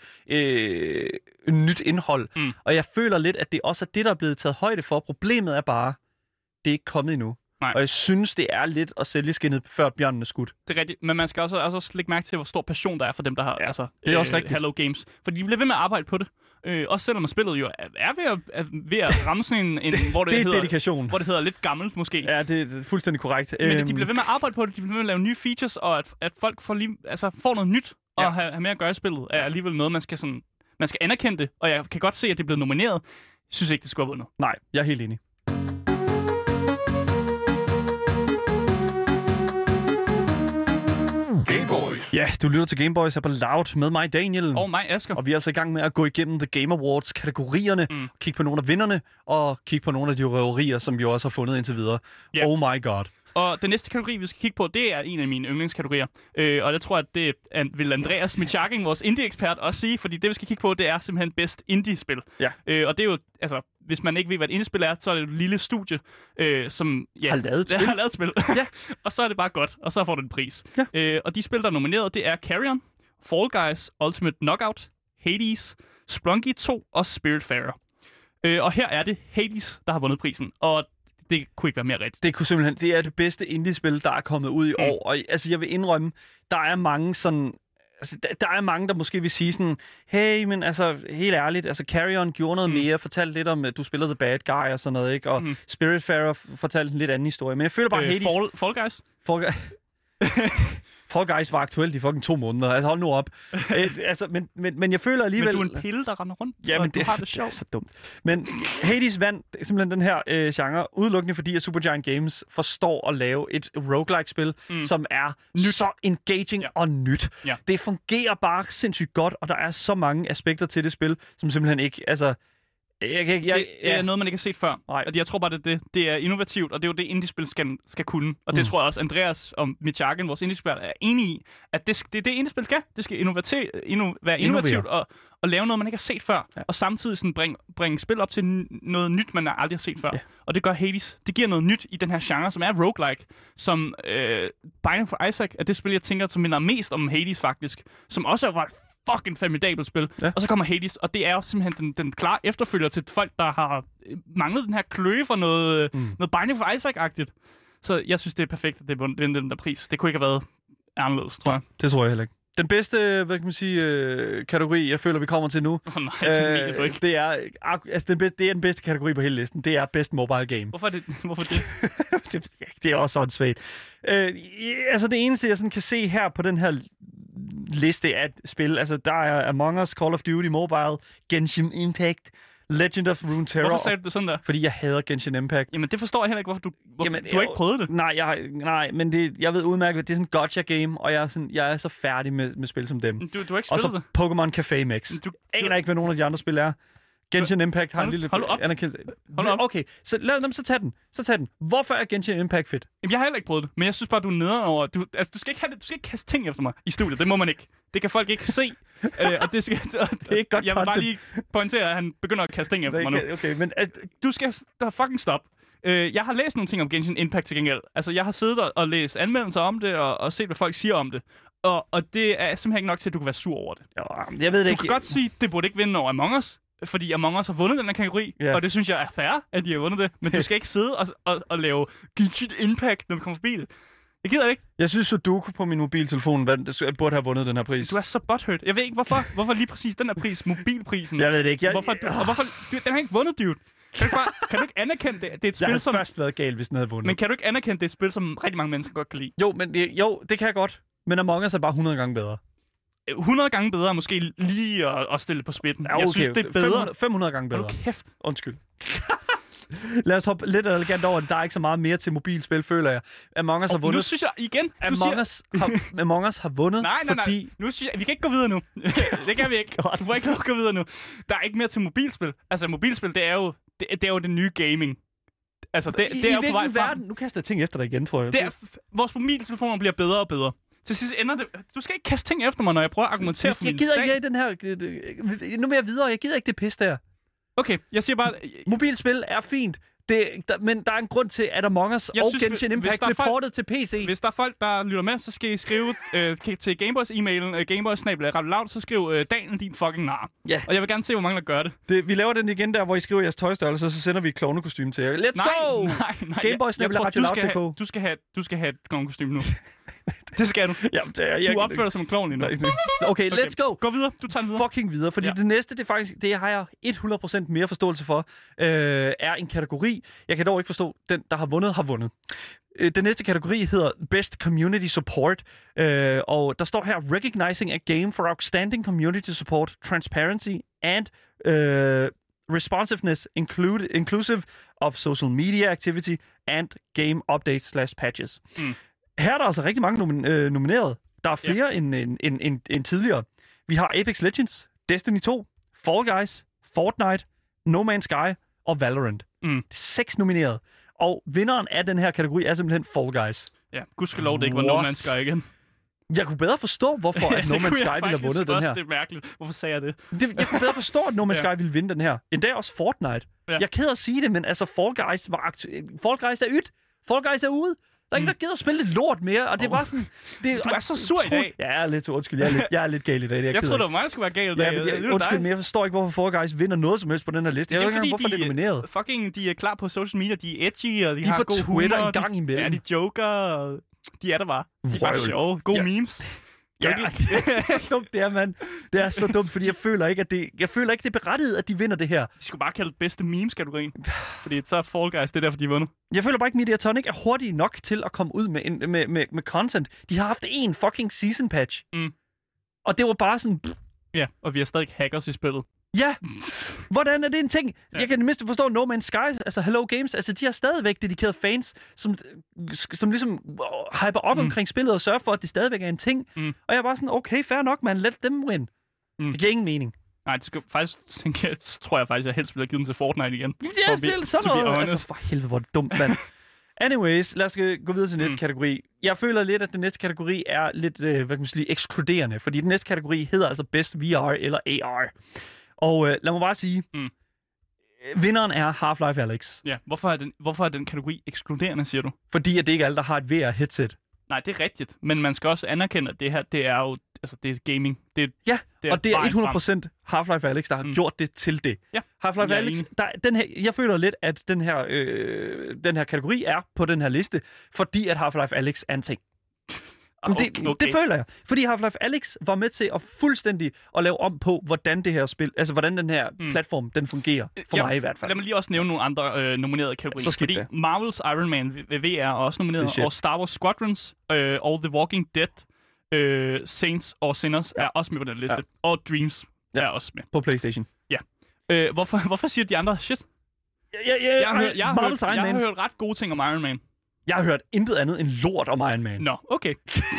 øh, nyt indhold. Mm. Og jeg føler lidt, at det også er det, der er blevet taget højde for. Problemet er bare, det er ikke kommet endnu. Nej. Og jeg synes, det er lidt at sælge skinnet, før bjørnen er skudt. Det er rigtigt, men man skal også, også lægge mærke til, hvor stor passion der er for dem, der har ja, altså, det er også øh, Hello Games. For de bliver ved med at arbejde på det. Øh, også selvom spillet jo er ved at, er ved at ramme sådan en, en det, hvor, det det er hedder, dedikation. hvor det hedder lidt gammelt måske. Ja, det er fuldstændig korrekt. Men de bliver ved med at arbejde på det, de bliver ved med at lave nye features, og at, at folk får, lige, altså, får noget nyt. og Ja. have, have mere at gøre i spillet, er alligevel noget, man skal, sådan, man skal anerkende det. Og jeg kan godt se, at det er blevet nomineret. Jeg synes ikke, det skulle have vundet. Nej, jeg er helt enig. Gameboys. Ja, du lytter til Gameboys her på Loud med mig, Daniel. Og mig, Asger. Og vi er altså i gang med at gå igennem The Game Awards-kategorierne, mm. kigge på nogle af vinderne, og kigge på nogle af de røverier, som vi også har fundet indtil videre. Yeah. Oh my god. Og den næste kategori, vi skal kigge på, det er en af mine yndlingskategorier. Øh, og jeg tror, at det er, vil Andreas Michakin, vores indie-ekspert, også sige, fordi det, vi skal kigge på, det er simpelthen bedst indie-spil. Ja. Øh, og det er jo, altså, hvis man ikke ved, hvad et indie-spil er, så er det et lille studie, øh, som ja, Har lavet et spil. har lavet et spil. Ja. Og så er det bare godt, og så får du en pris. Ja. Øh, og de spil, der er nomineret, det er Carrion, Fall Guys, Ultimate Knockout, Hades, Splunky to og Spiritfarer. Øh, og her er det Hades, der har vundet prisen. Og det kunne ikke være mere rigtigt. Det kunne simpelthen, det er det bedste indie-spil, der er kommet ud i mm. år. Og altså, jeg vil indrømme, der er mange sådan... Altså, der, der er mange, der måske vil sige sådan, hey, men altså, helt ærligt, altså, Carrion gjorde noget mm. mere, fortalte lidt om, at du spillede The Bad Guy og sådan noget, ikke? Og mm. Spiritfarer fortalte en lidt anden historie. Men jeg føler bare, øh, Hades... Fall, Fall Guys? Fall Guys... Fall Guys var aktuelt i fucking to måneder. Altså, hold nu op. Æ, altså, men, men, men jeg føler alligevel... Men du er en pille, der render rundt, ja, men du det, har er, det sjovt. det er så dumt. Men Hades vandt simpelthen den her øh, genre, udelukkende fordi, at Supergiant Games forstår at lave et roguelike-spil, mm. som er nyt. Så engaging ja. og nyt. Ja. Det fungerer bare sindssygt godt, og der er så mange aspekter til det spil, som simpelthen ikke... Altså, Jeg, jeg, jeg, det er ja. noget, man ikke har set før. Nej. Og jeg tror bare, det er det. Det er innovativt, og det er jo det, indie-spil skal, skal kunne. Og det Mm. tror jeg også, Andreas og Michakin, vores indie-spil, er enige i, at det, det er det, indie-spil skal. Det skal innovate, inno, være innovativt og, og lave noget, man ikke har set før. Ja. Og samtidig sådan bringe bring spil op til n- noget nyt, man aldrig har set før. Ja. Og det gør Hades. Det giver noget nyt i den her genre, som er roguelike. Som øh, Binding for Isaac er det spil, jeg tænker, som minder mest om Hades faktisk. Som også er fucking formidabelt spil. Ja. Og så kommer Hades, og det er jo simpelthen den, den klare efterfølger til folk, der har manglet den her kløe for noget, mm. noget Binding for Isaac-agtigt. Så jeg synes, det er perfekt, at det er den, den der pris. Det kunne ikke have været anderledes, tror jeg. Det tror jeg heller ikke. Den bedste, hvad kan man sige, øh, kategori, jeg føler, vi kommer til nu, oh, nej, det, øh, mener du ikke. det er, altså, den bedste, det er den bedste kategori på hele listen. Det er Best Mobile Game. Hvorfor det? Hvorfor det? det, det er også sådan svært. Øh, altså, det eneste, jeg sådan kan se her på den her liste af et spil, altså, der er Among Us, Call of Duty Mobile, Genshin Impact, Legend of Runeterra. Hvorfor sagde du det sådan der? Fordi jeg hader Genshin Impact. Jamen, det forstår jeg heller ikke, hvorfor du... Hvorfor, Jamen, du har ikke prøvet det? Nej, jeg, har- nej men det, jeg ved udmærket, at det er sådan en gacha-game, og jeg er, sådan, jeg er så færdig med, med spil som dem. Du, du har ikke Og spillet så det? Pokémon Café Max. Du, Jeg aner ikke, hvad nogle af de andre spil er. Genshin Impact har Hold en nu- lille... hold nu op. anerkendelse. Hold nu op. Okay, så lad dem så tage den. Så tag den. Hvorfor er Genshin Impact fedt? Jamen, jeg har heller ikke prøvet det, men jeg synes bare, du er nederen over... Du, altså, du skal ikke have det, du skal ikke kaste ting efter mig i studiet. Det må man ikke. Det kan folk ikke se. øh, og det, skal, og, Det er ikke godt jeg vil bare content. lige pointere, at han begynder at kaste ting efter mig nu. Okay, okay, men at, Du skal der fucking stoppe. Øh, jeg har læst nogle ting om Genshin Impact til gengæld. Altså, jeg har siddet og, og læst anmeldelser om det, og, og set, hvad folk siger om det. Og, og det er simpelthen ikke nok til, at du kan være sur over det. ja, jeg ved det Du ikke. kan godt sige, at det burde ikke vinde over Among Us, fordi Among Us har vundet den her kategori, Ja. og det synes jeg er fair, at de har vundet det. Men du skal ikke sidde og, og, og lave Genshin Impact, når du kommer forbi det. Jeg gider det ikke. Jeg synes, Sudoku på min mobiltelefon vandt- burde have vundet den her pris. Du er så butthurt. Jeg ved ikke, hvorfor, hvorfor lige præcis den her pris, mobilprisen. Jeg ved det ikke. Jeg, Hvorfor, du, og hvorfor, du, den har ikke vundet, dude. Kan du ikke, bare, kan du ikke anerkende det? Det er et jeg spil, havde som... først været galt, hvis den havde vundet. Men kan du ikke anerkende, det er et spil, som rigtig mange mennesker godt kan lide? Jo, men det, jo, det kan jeg godt. Men Among Us er bare hundrede gange bedre. hundrede gange bedre, måske lige at, at stille på spidten. Ja, okay. Jeg synes, det er bedre. fem hundrede, fem hundrede gange bedre. Hold nu kæft. Undskyld. Lad os hoppe lidt elegant over det. Der er ikke så meget mere til mobilspil, føler jeg. Among Us har Og nu vundet. synes jeg igen, du Among, siger... Us har, Among Us har vundet, Nej, nej, nej. fordi... Nu synes jeg, vi kan ikke gå videre nu. Det kan vi ikke. Du får ikke lov at gå videre nu. Der er ikke mere til mobilspil. Altså, mobilspil, det er jo det, det, er jo det nye gaming. Altså, det, I, det er i jo på vej hvilken frem. verden? Nu kaster jeg ting efter dig igen, tror jeg. Det er, f- vores mobiltelefoner bliver bedre og bedre. Til sidst ender det... Du skal ikke kaste ting efter mig, når jeg prøver at argumentere for jeg min gider sag. ikke i den her... Nu vil jeg videre. Jeg gider ikke det pis der. Okay, jeg siger bare... Mobilspil er fint. Det, der, men der er en grund til, at Among Us Jeg og synes, Genshin hvis Impact der er blev folk- portet til P C. Hvis der er folk, der lytter med, så skal I skrive øh, til Gameboys e-mailen, øh, gameboys snabel-a radio loud, så skriv øh, Daniel, din fucking nar. Ja. Og jeg vil gerne se, hvor mange der gør det. Det, vi laver den igen der, hvor I skriver jeres tøjstørrelse, og så sender vi et klovnekostyme til jer. Let's Nej, go! nej, nej. Gameboys jeg, jeg tror, Radio du skal, Loud have, punktum d k. du skal have, du skal have et klovnekostyme nu. Det skal du. Jamen, det er, jeg, Du opfører dig som en klovn lige nu. Okay, let's go. Gå videre. Du tager den videre. Fucking videre, fordi Ja. ja. det næste, det er faktisk, det har jeg hundrede procent mere forståelse for, øh, er en kategori. Jeg kan dog ikke forstå, den, der har vundet, har vundet. øh, den næste kategori hedder Best Community Support, øh, og der står her, Recognizing a game for outstanding community support, transparency and øh, responsiveness include, inclusive of social media activity and game updates slash patches. Mm. Her er der altså rigtig mange nomin- øh, nomineret. Der er flere Ja. end, end, end, end, end tidligere. Vi har Apex Legends, Destiny to, Fall Guys, Fortnite, No Man's Sky og Valorant. Mm. Seks nomineret. Og vinderen af den her kategori er simpelthen Fall Guys. Ja, gudskelov, det ikke var No What? Man's Sky igen. Jeg kunne bedre forstå, hvorfor at No Det Man's kunne Sky jeg ville have faktisk vundet den også. her. Det er mærkeligt. Hvorfor sagde jeg det? Det, jeg kunne bedre forstå, at No Man's Ja. Sky ville vinde den her. Endda også Fortnite. Ja. Jeg er ked af at sige det, men altså Fall Guys var aktu- Fall Guys er ydt. Fall Guys er ude. Der er ingen, der gider at spille det lort mere, og det er bare sådan... Det, Du er så sur i dag. Ja, jeg er lidt undskyld. Jeg er lidt, jeg er lidt gal i dag. Det er jeg, Jeg ked troede, af. det var mig, der skulle være galt. Ja, men det, undskyld, men jeg forstår ikke, hvorfor Fall Guys vinder noget som helst på den her liste. Jeg Det ved er ikke fordi, engang, hvorfor de, det er nomineret. fucking, de er klar på social media, de er edgy, og de, De er har på god Twitter humor, en gang de, imellem. Ja, de joker, og de er der bare. De er bare Vrøvl. sjove. Gode Ja. memes. Ja, Gør de det er så dumt, det er, mand. Det er så dumt, fordi jeg føler ikke, at det, jeg føler ikke, det er berettiget, at de vinder det her. De skulle bare kalde det bedste memes-kategorien. Fordi så er Fall Guys, det er derfor, de er vundet. Jeg føler bare ikke, at Mediatonic er hurtige nok til at komme ud med, en, med, med, med content. De har haft en fucking season patch. Mm. Og det var bare sådan... Ja, og vi har stadig hackers i spillet. Ja, hvordan er det en ting? Ja. Jeg kan mindst forstå No Man's Sky, altså Hello Games, altså de har stadigvæk dedikerede fans, som, som ligesom uh, hyper op mm. omkring spillet og sørger for, at det stadigvæk er en ting. Mm. Og jeg er bare sådan, okay, fair nok, man, let dem win. Mm. Det giver ingen mening. Nej, det skal, faktisk tænker jeg, tror jeg faktisk, at jeg helst ville have givet den til Fortnite igen. Ja, For at be- det er sådan to be noget. honest. Altså, for helvede, hvor dumt, mand. Anyways, lad os gå videre til næste Mm. kategori. Jeg føler lidt, at den næste kategori er lidt, øh, hvad kan man sige, ekskluderende, fordi den næste kategori hedder altså Best V R eller A R. Og øh, lad mig bare sige, Mm. vinderen er Half-Life Alyx, Ja, hvorfor er, den, hvorfor er den kategori ekskluderende, siger du? fordi at det ikke er alle, der har et V R-headset. Nej, det er rigtigt. Men man skal også anerkende, at det her, det er jo altså, det er gaming. Det, Ja, det og det er vejen hundrede frem. procent Half-Life Alyx, der har Mm. mm. gjort det til det. Ja, Half-Life jeg er Alyx, enig. der, den her, jeg føler lidt, at den her, øh, den her kategori er på den her liste, fordi at Half-Life Alyx er en ting. Men det, Okay, okay. det føler jeg. Fordi Half-Life Alyx var med til at fuldstændig at lave om på, hvordan det her spil, altså hvordan den her Mm. mm. platform, den fungerer. For Jeg- mig i hvert fald. Lad mig lige også nævne nogle andre øh, nominerede kategorier. Så skip fordi det. Marvel's Iron Man ved V R er også Det er nomineret, shit. og Star Wars Squadrons øh, og The Walking Dead, øh, Saints og Sinners ja. er også med på den liste. Ja. Og Dreams Ja. er også med. På PlayStation. Øh, hvorfor, hvorfor siger de andre shit? Ja, ja, Jeg har, hørt, jeg, har hørt, Marvel's Iron jeg har Man. hørt ret gode ting om Iron Man. Jeg har hørt intet andet end lort om Iron Man. Nå, okay.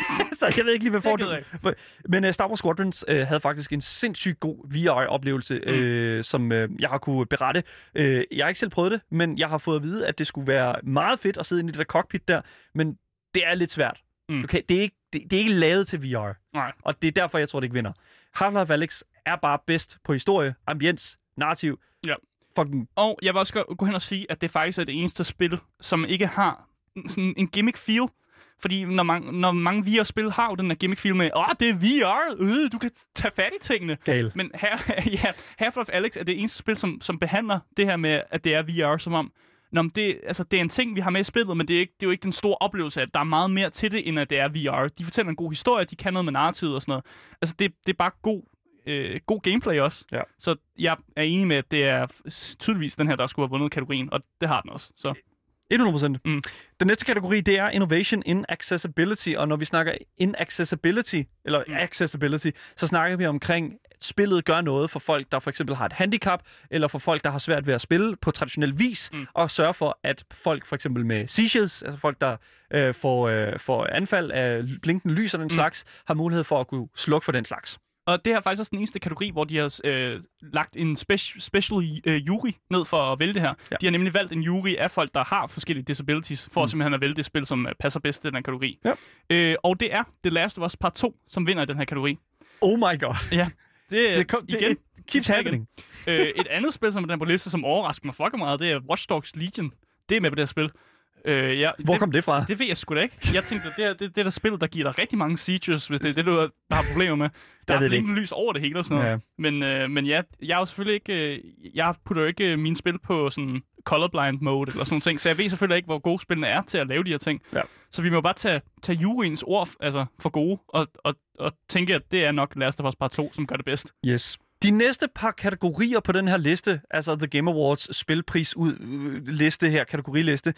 Så jeg ved ikke lige, hvad Det gider for Men uh, Star Wars Squadrons uh, havde faktisk en sindssygt god V R-oplevelse, mm. uh, som uh, jeg har kunne berette. Uh, jeg har ikke selv prøvet det, men jeg har fået at vide, at det skulle være meget fedt at sidde inde i det der cockpit der, men det er lidt svært. Mm. Okay, det, er ikke, det, det er ikke lavet til V R, Nej. og det er derfor, jeg tror, det ikke vinder. Half-Life Alyx er bare bedst på historie, ambiens, narrativ. Ja. Fucking Og jeg vil også gå- gå hen og sige, at det faktisk er det eneste spil, som ikke har sådan en gimmick-feel. Fordi når, man, når mange V R-spil har jo den der gimmick-feel med, åh, det er V R, øh, du kan tage fat i tingene. gal. Men her, ja, Half-Life Alyx er det eneste spil, som, som behandler det her med, at det er V R, som om, Nå, men det, altså, det er en ting, vi har med i spillet, men det er, ikke, det er jo ikke den store oplevelse, at der er meget mere til det, end at det er V R. De fortæller en god historie, de kan noget med narrativet og sådan noget. Altså, det, det er bare god, øh, god gameplay også. Ja. Så jeg er enig med, at det er f- tydeligvis den her, der skulle have vundet kategorien, og det har den også. Så. hundrede procent. Mm. Den næste kategori, det er Innovation in Accessibility, og når vi snakker in accessibility, eller Mm. mm. accessibility, så snakker vi omkring, at spillet gør noget for folk, der for eksempel har et handicap, eller for folk, der har svært ved at spille på traditionel vis, Mm. mm. og sørge for, at folk for eksempel med seizures, altså folk, der øh, får, øh, får anfald af blinkende lys og den Mm. slags, har mulighed for at kunne slukke for den slags. Og det er faktisk også den eneste kategori, hvor de har øh, lagt en spe- special øh, jury ned for at vælge det her. Ja. De har nemlig valgt en jury af folk, der har forskellige disabilities, for Mm. mm. simpelthen at vælge det spil, som øh, passer bedst til den her kategori. Ja. Øh, og det er The Last of Us Part to, som vinder i den her kategori. Oh my god. Ja, det, Det, kom, det igen. it keeps happening. øh, et andet spil, som er den på liste, som overrasker mig fucking meget, det er Watch Dogs Legion. Det er med på det her spil. Øh, ja, Hvor det, kom det fra? Det ved jeg sgu da ikke. Jeg tænkte, det er det, det er der spillet, der giver dig rigtig mange seizures, hvis det er det, du har- der har problemer med. Der Jeg er ved det blinkende lys over det hele og sådan noget. Ja. Men, øh, men ja, jeg er jo selvfølgelig ikke... Øh, jeg putter jo ikke øh, mine spil på sådan colorblind mode eller sådan nogle ting, så jeg ved selvfølgelig ikke, hvor gode spillene er til at lave de her ting. Ja. Så vi må bare tage, tage juryens ord altså, for gode og, og, og tænke, at det er nok Last of Us Part to, som gør det bedst. Yes. De næste par kategorier på den her liste, altså The Game Awards spilpris ud øh, liste her, kategoriliste,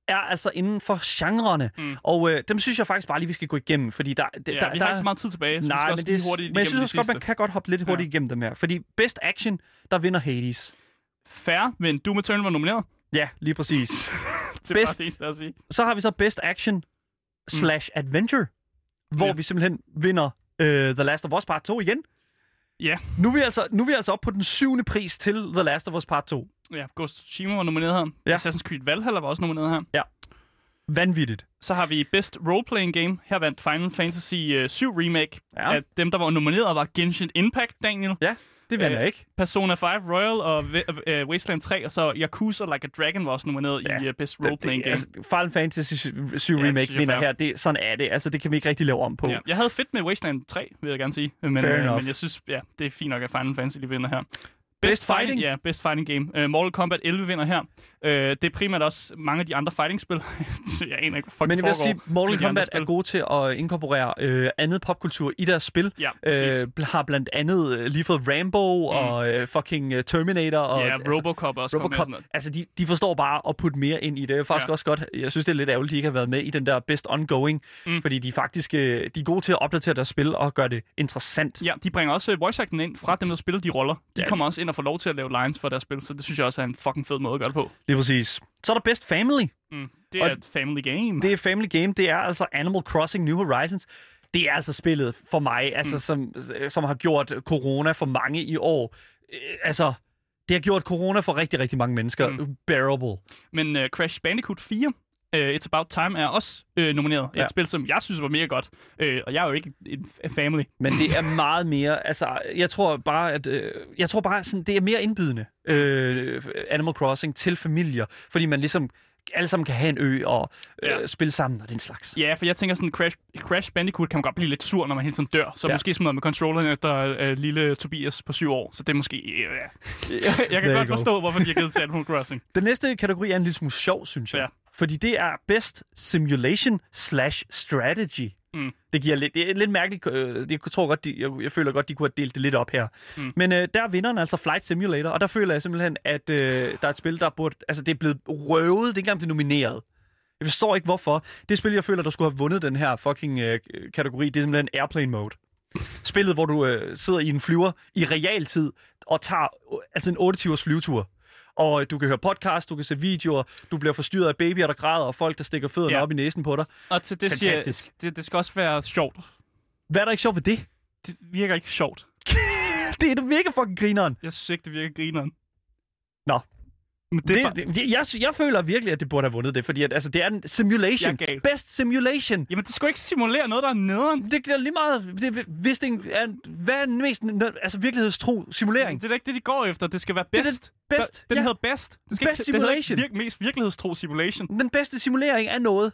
er altså inden for genrerne. Mm. Og øh, dem synes jeg faktisk bare lige, vi skal gå igennem, fordi der... Ja, der vi der, har der ikke så meget tid tilbage, så nej, vi skal men også det, lige hurtigt men jeg synes de også godt, man kan godt hoppe lidt hurtigt ja. igennem dem her. Fordi Best Action, der vinder Hades. Fair, men Doom Eternal var nomineret. Ja, lige præcis. det er best, bare det eneste at sige. Så har vi så Best Action slash Adventure, hvor ja. vi simpelthen vinder uh, The Last of Us Part to igen. Ja. Nu er vi altså, nu er vi altså oppe på den syvende pris til The Last of Us Part to. Ja, Ghost of Tsushima var nomineret her. Ja. Assassin's Creed Valhalla var også nomineret her. Ja. Vanvittigt. Så har vi Best Role-Playing Game. Her vandt Final Fantasy syv Remake. Ja. Af dem, der var nomineret, var Genshin Impact, Daniel. Ja, det vandt jeg ikke. Persona fem Royal og uh, Wasteland tre, og så Yakuza Like a Dragon var også nomineret ja. i uh, Best Role-Playing Game. Altså, Final Fantasy syv ja, Remake vinder her. Det, sådan er det. Altså, det kan vi ikke rigtig lave om på. Ja. Jeg havde fedt med Wasteland tre, vil jeg gerne sige. Men, uh, men jeg synes, ja, det er fint nok, at Final Fantasy de vinder her. Best, Best Fighting? Ja, Best Fighting Game. Uh, Mortal Kombat elleve vinder her. Uh, det er primært også mange af de andre fighting-spil. jeg aner ikke, hvad Men jeg vil sige, Mortal Kombat er gode til at inkorporere uh, andet popkultur i deres spil. Ja, uh, har blandt andet uh, lige fået Rambo mm. og uh, fucking uh, Terminator. Og, ja, altså, Robocop også. Robocop. Altså, de, de forstår bare at putte mere ind i det. Det er faktisk ja. også godt. Jeg synes, det er lidt ærgerligt, de ikke har været med i den der Best Ongoing. Mm. Fordi de faktisk uh, de er gode til at opdatere deres spil og gøre det interessant. Ja, de bringer også voice acting ind fra dem, der spiller de roller. De ja. kommer også ind og får lov til at lave lines for deres spil, så det synes jeg også er en fucking fed måde at gøre det på. Lige præcis. Så er der Best Family. Mm, det er og et family game. Det er family game. Det er altså Animal Crossing New Horizons. Det er altså spillet for mig, altså, mm. som, som har gjort corona for mange i år. Altså, det har gjort corona for rigtig, rigtig mange mennesker mm. bearable. Men uh, Crash Bandicoot fire, uh, It's About Time, er også uh, nomineret. Ja. Et spil, som jeg synes var mega godt. Uh, og jeg er jo ikke en family. Men det er meget mere, altså, jeg tror bare, at, uh, jeg tror bare, sådan, det er mere indbydende, uh, Animal Crossing, til familier. Fordi man ligesom alle sammen kan have en ø og øh, ja. spille sammen og den slags. Ja, for jeg tænker sådan, Crash, Crash Bandicoot kan man godt blive lidt sur, når man hele tiden dør. Så ja. måske sådan noget med controlleren efter øh, lille Tobias på syv år. Så det er måske... Øh, ja. jeg kan godt forstå, hvorfor de har givet til Animal Crossing. Den næste kategori er en lille smule sjov, synes jeg. Ja. Fordi det er Best Simulation slash Strategy. Mm. Det giver lidt, det er lidt mærkeligt. Øh, jeg tror godt, de, jeg, jeg føler godt, de kunne have delt det lidt op her. Mm. Men øh, der er vinderen altså Flight Simulator, og der føler jeg simpelthen, at øh, der er et spil, der burde, altså det er blevet røvet, det er ikke engang blevet nomineret. Jeg forstår ikke hvorfor. Det spil, jeg føler, der skulle have vundet den her fucking øh, kategori, det er simpelthen Airplane Mode. Spillet, hvor du øh, sidder i en flyver i realtid og tager øh, altså en otte timers flyvetur. Og du kan høre podcast, du kan se videoer, du bliver forstyrret af babyer, der græder, og folk, der stikker fødderne ja. op i næsen på dig. Og til det Fantastisk. Siger, det, det skal også være sjovt. Hvad er der ikke sjovt ved det? Det virker ikke sjovt. Det er det virker fucking grineren. Jeg synes ikke, det virker grineren. Nå. Men det det, bare... det, jeg, jeg føler virkelig, at det burde have vundet det, fordi at, altså, det er en simulation. Best simulation. Jamen, det skal ikke simulere noget, der er nederen. Det er lige meget... Det, hvis det er, hvad er den mest altså, virkelighedstro simulering? Det er da ikke det, de går efter. Det skal være bedst. Det er best. Den ja. hedder best. Det skal best ikke, simulation. Det hedder mest virkelighedstro simulation. Den bedste simulering er noget.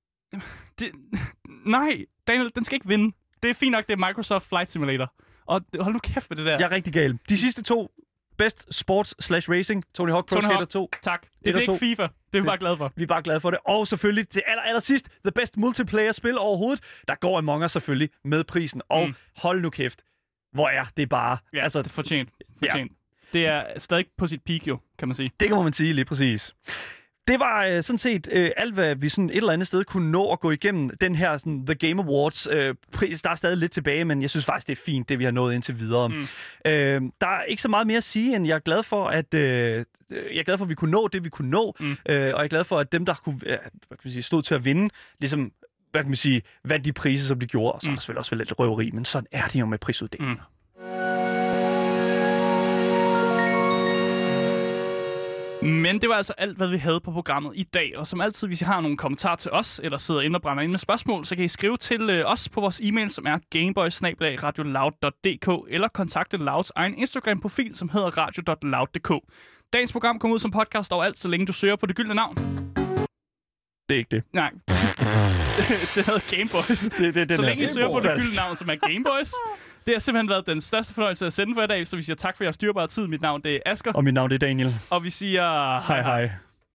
Det, nej, Daniel, den skal ikke vinde. Det er fint nok, det er Microsoft Flight Simulator. Og hold nu kæft med det der. Jeg er rigtig gal. De sidste to... Best Sports slash Racing, Tony Hawk Pro Tony Skater Hawk. to. Tak. Det er ikke FIFA. Det er vi bare glade for. Vi er bare glade for det. Og selvfølgelig til aller, aller sidst, the best multiplayer-spil overhovedet. Der går Among Us selvfølgelig med prisen. Og mm. hold nu kæft, hvor er det bare... Ja, altså, det er fortjent. fortjent. Ja. Det er stadig på sit peak jo, kan man sige. Det kan man sige lige præcis. Det var øh, sådan set øh, alt, hvad vi sådan et eller andet sted kunne nå at gå igennem den her sådan, The Game Awards øh, pris. Der er stadig lidt tilbage, men jeg synes faktisk, det er fint, det vi har nået indtil videre. Mm. Øh, der er ikke så meget mere at sige, end jeg er glad for, at øh, jeg er glad for, at vi kunne nå det, vi kunne nå. Mm. Øh, og jeg er glad for, at dem, der kunne, øh, hvad kan man sige, stod til at vinde, ligesom, hvad kan man sige, hvad de priser, som de gjorde. Og så er der selvfølgelig også lidt røveri, men sådan er det jo med prisuddelingen. Mm. Men det var altså alt, hvad vi havde på programmet i dag. Og som altid, hvis I har nogle kommentarer til os, eller sidder inde og brænder ind med spørgsmål, så kan I skrive til øh, os på vores e-mail, som er gameboys bindestreg radio loud punktum d k, eller kontakte Louds egen Instagram-profil, som hedder radio punktum loud punktum d k. Dagens program kommer ud som podcast overalt, så længe du søger på det gyldne navn. Det er ikke det. Nej. Det hedder Gameboys. Det, det, det, så længe I søger på det gyldne gyldne navn, som er Gameboys. Det har simpelthen været den største fornøjelse at sende for i dag, så vi siger tak for jeres dyrebare tid. Mit navn det er Asger. Og mit navn det er Daniel. Og vi siger hej hej.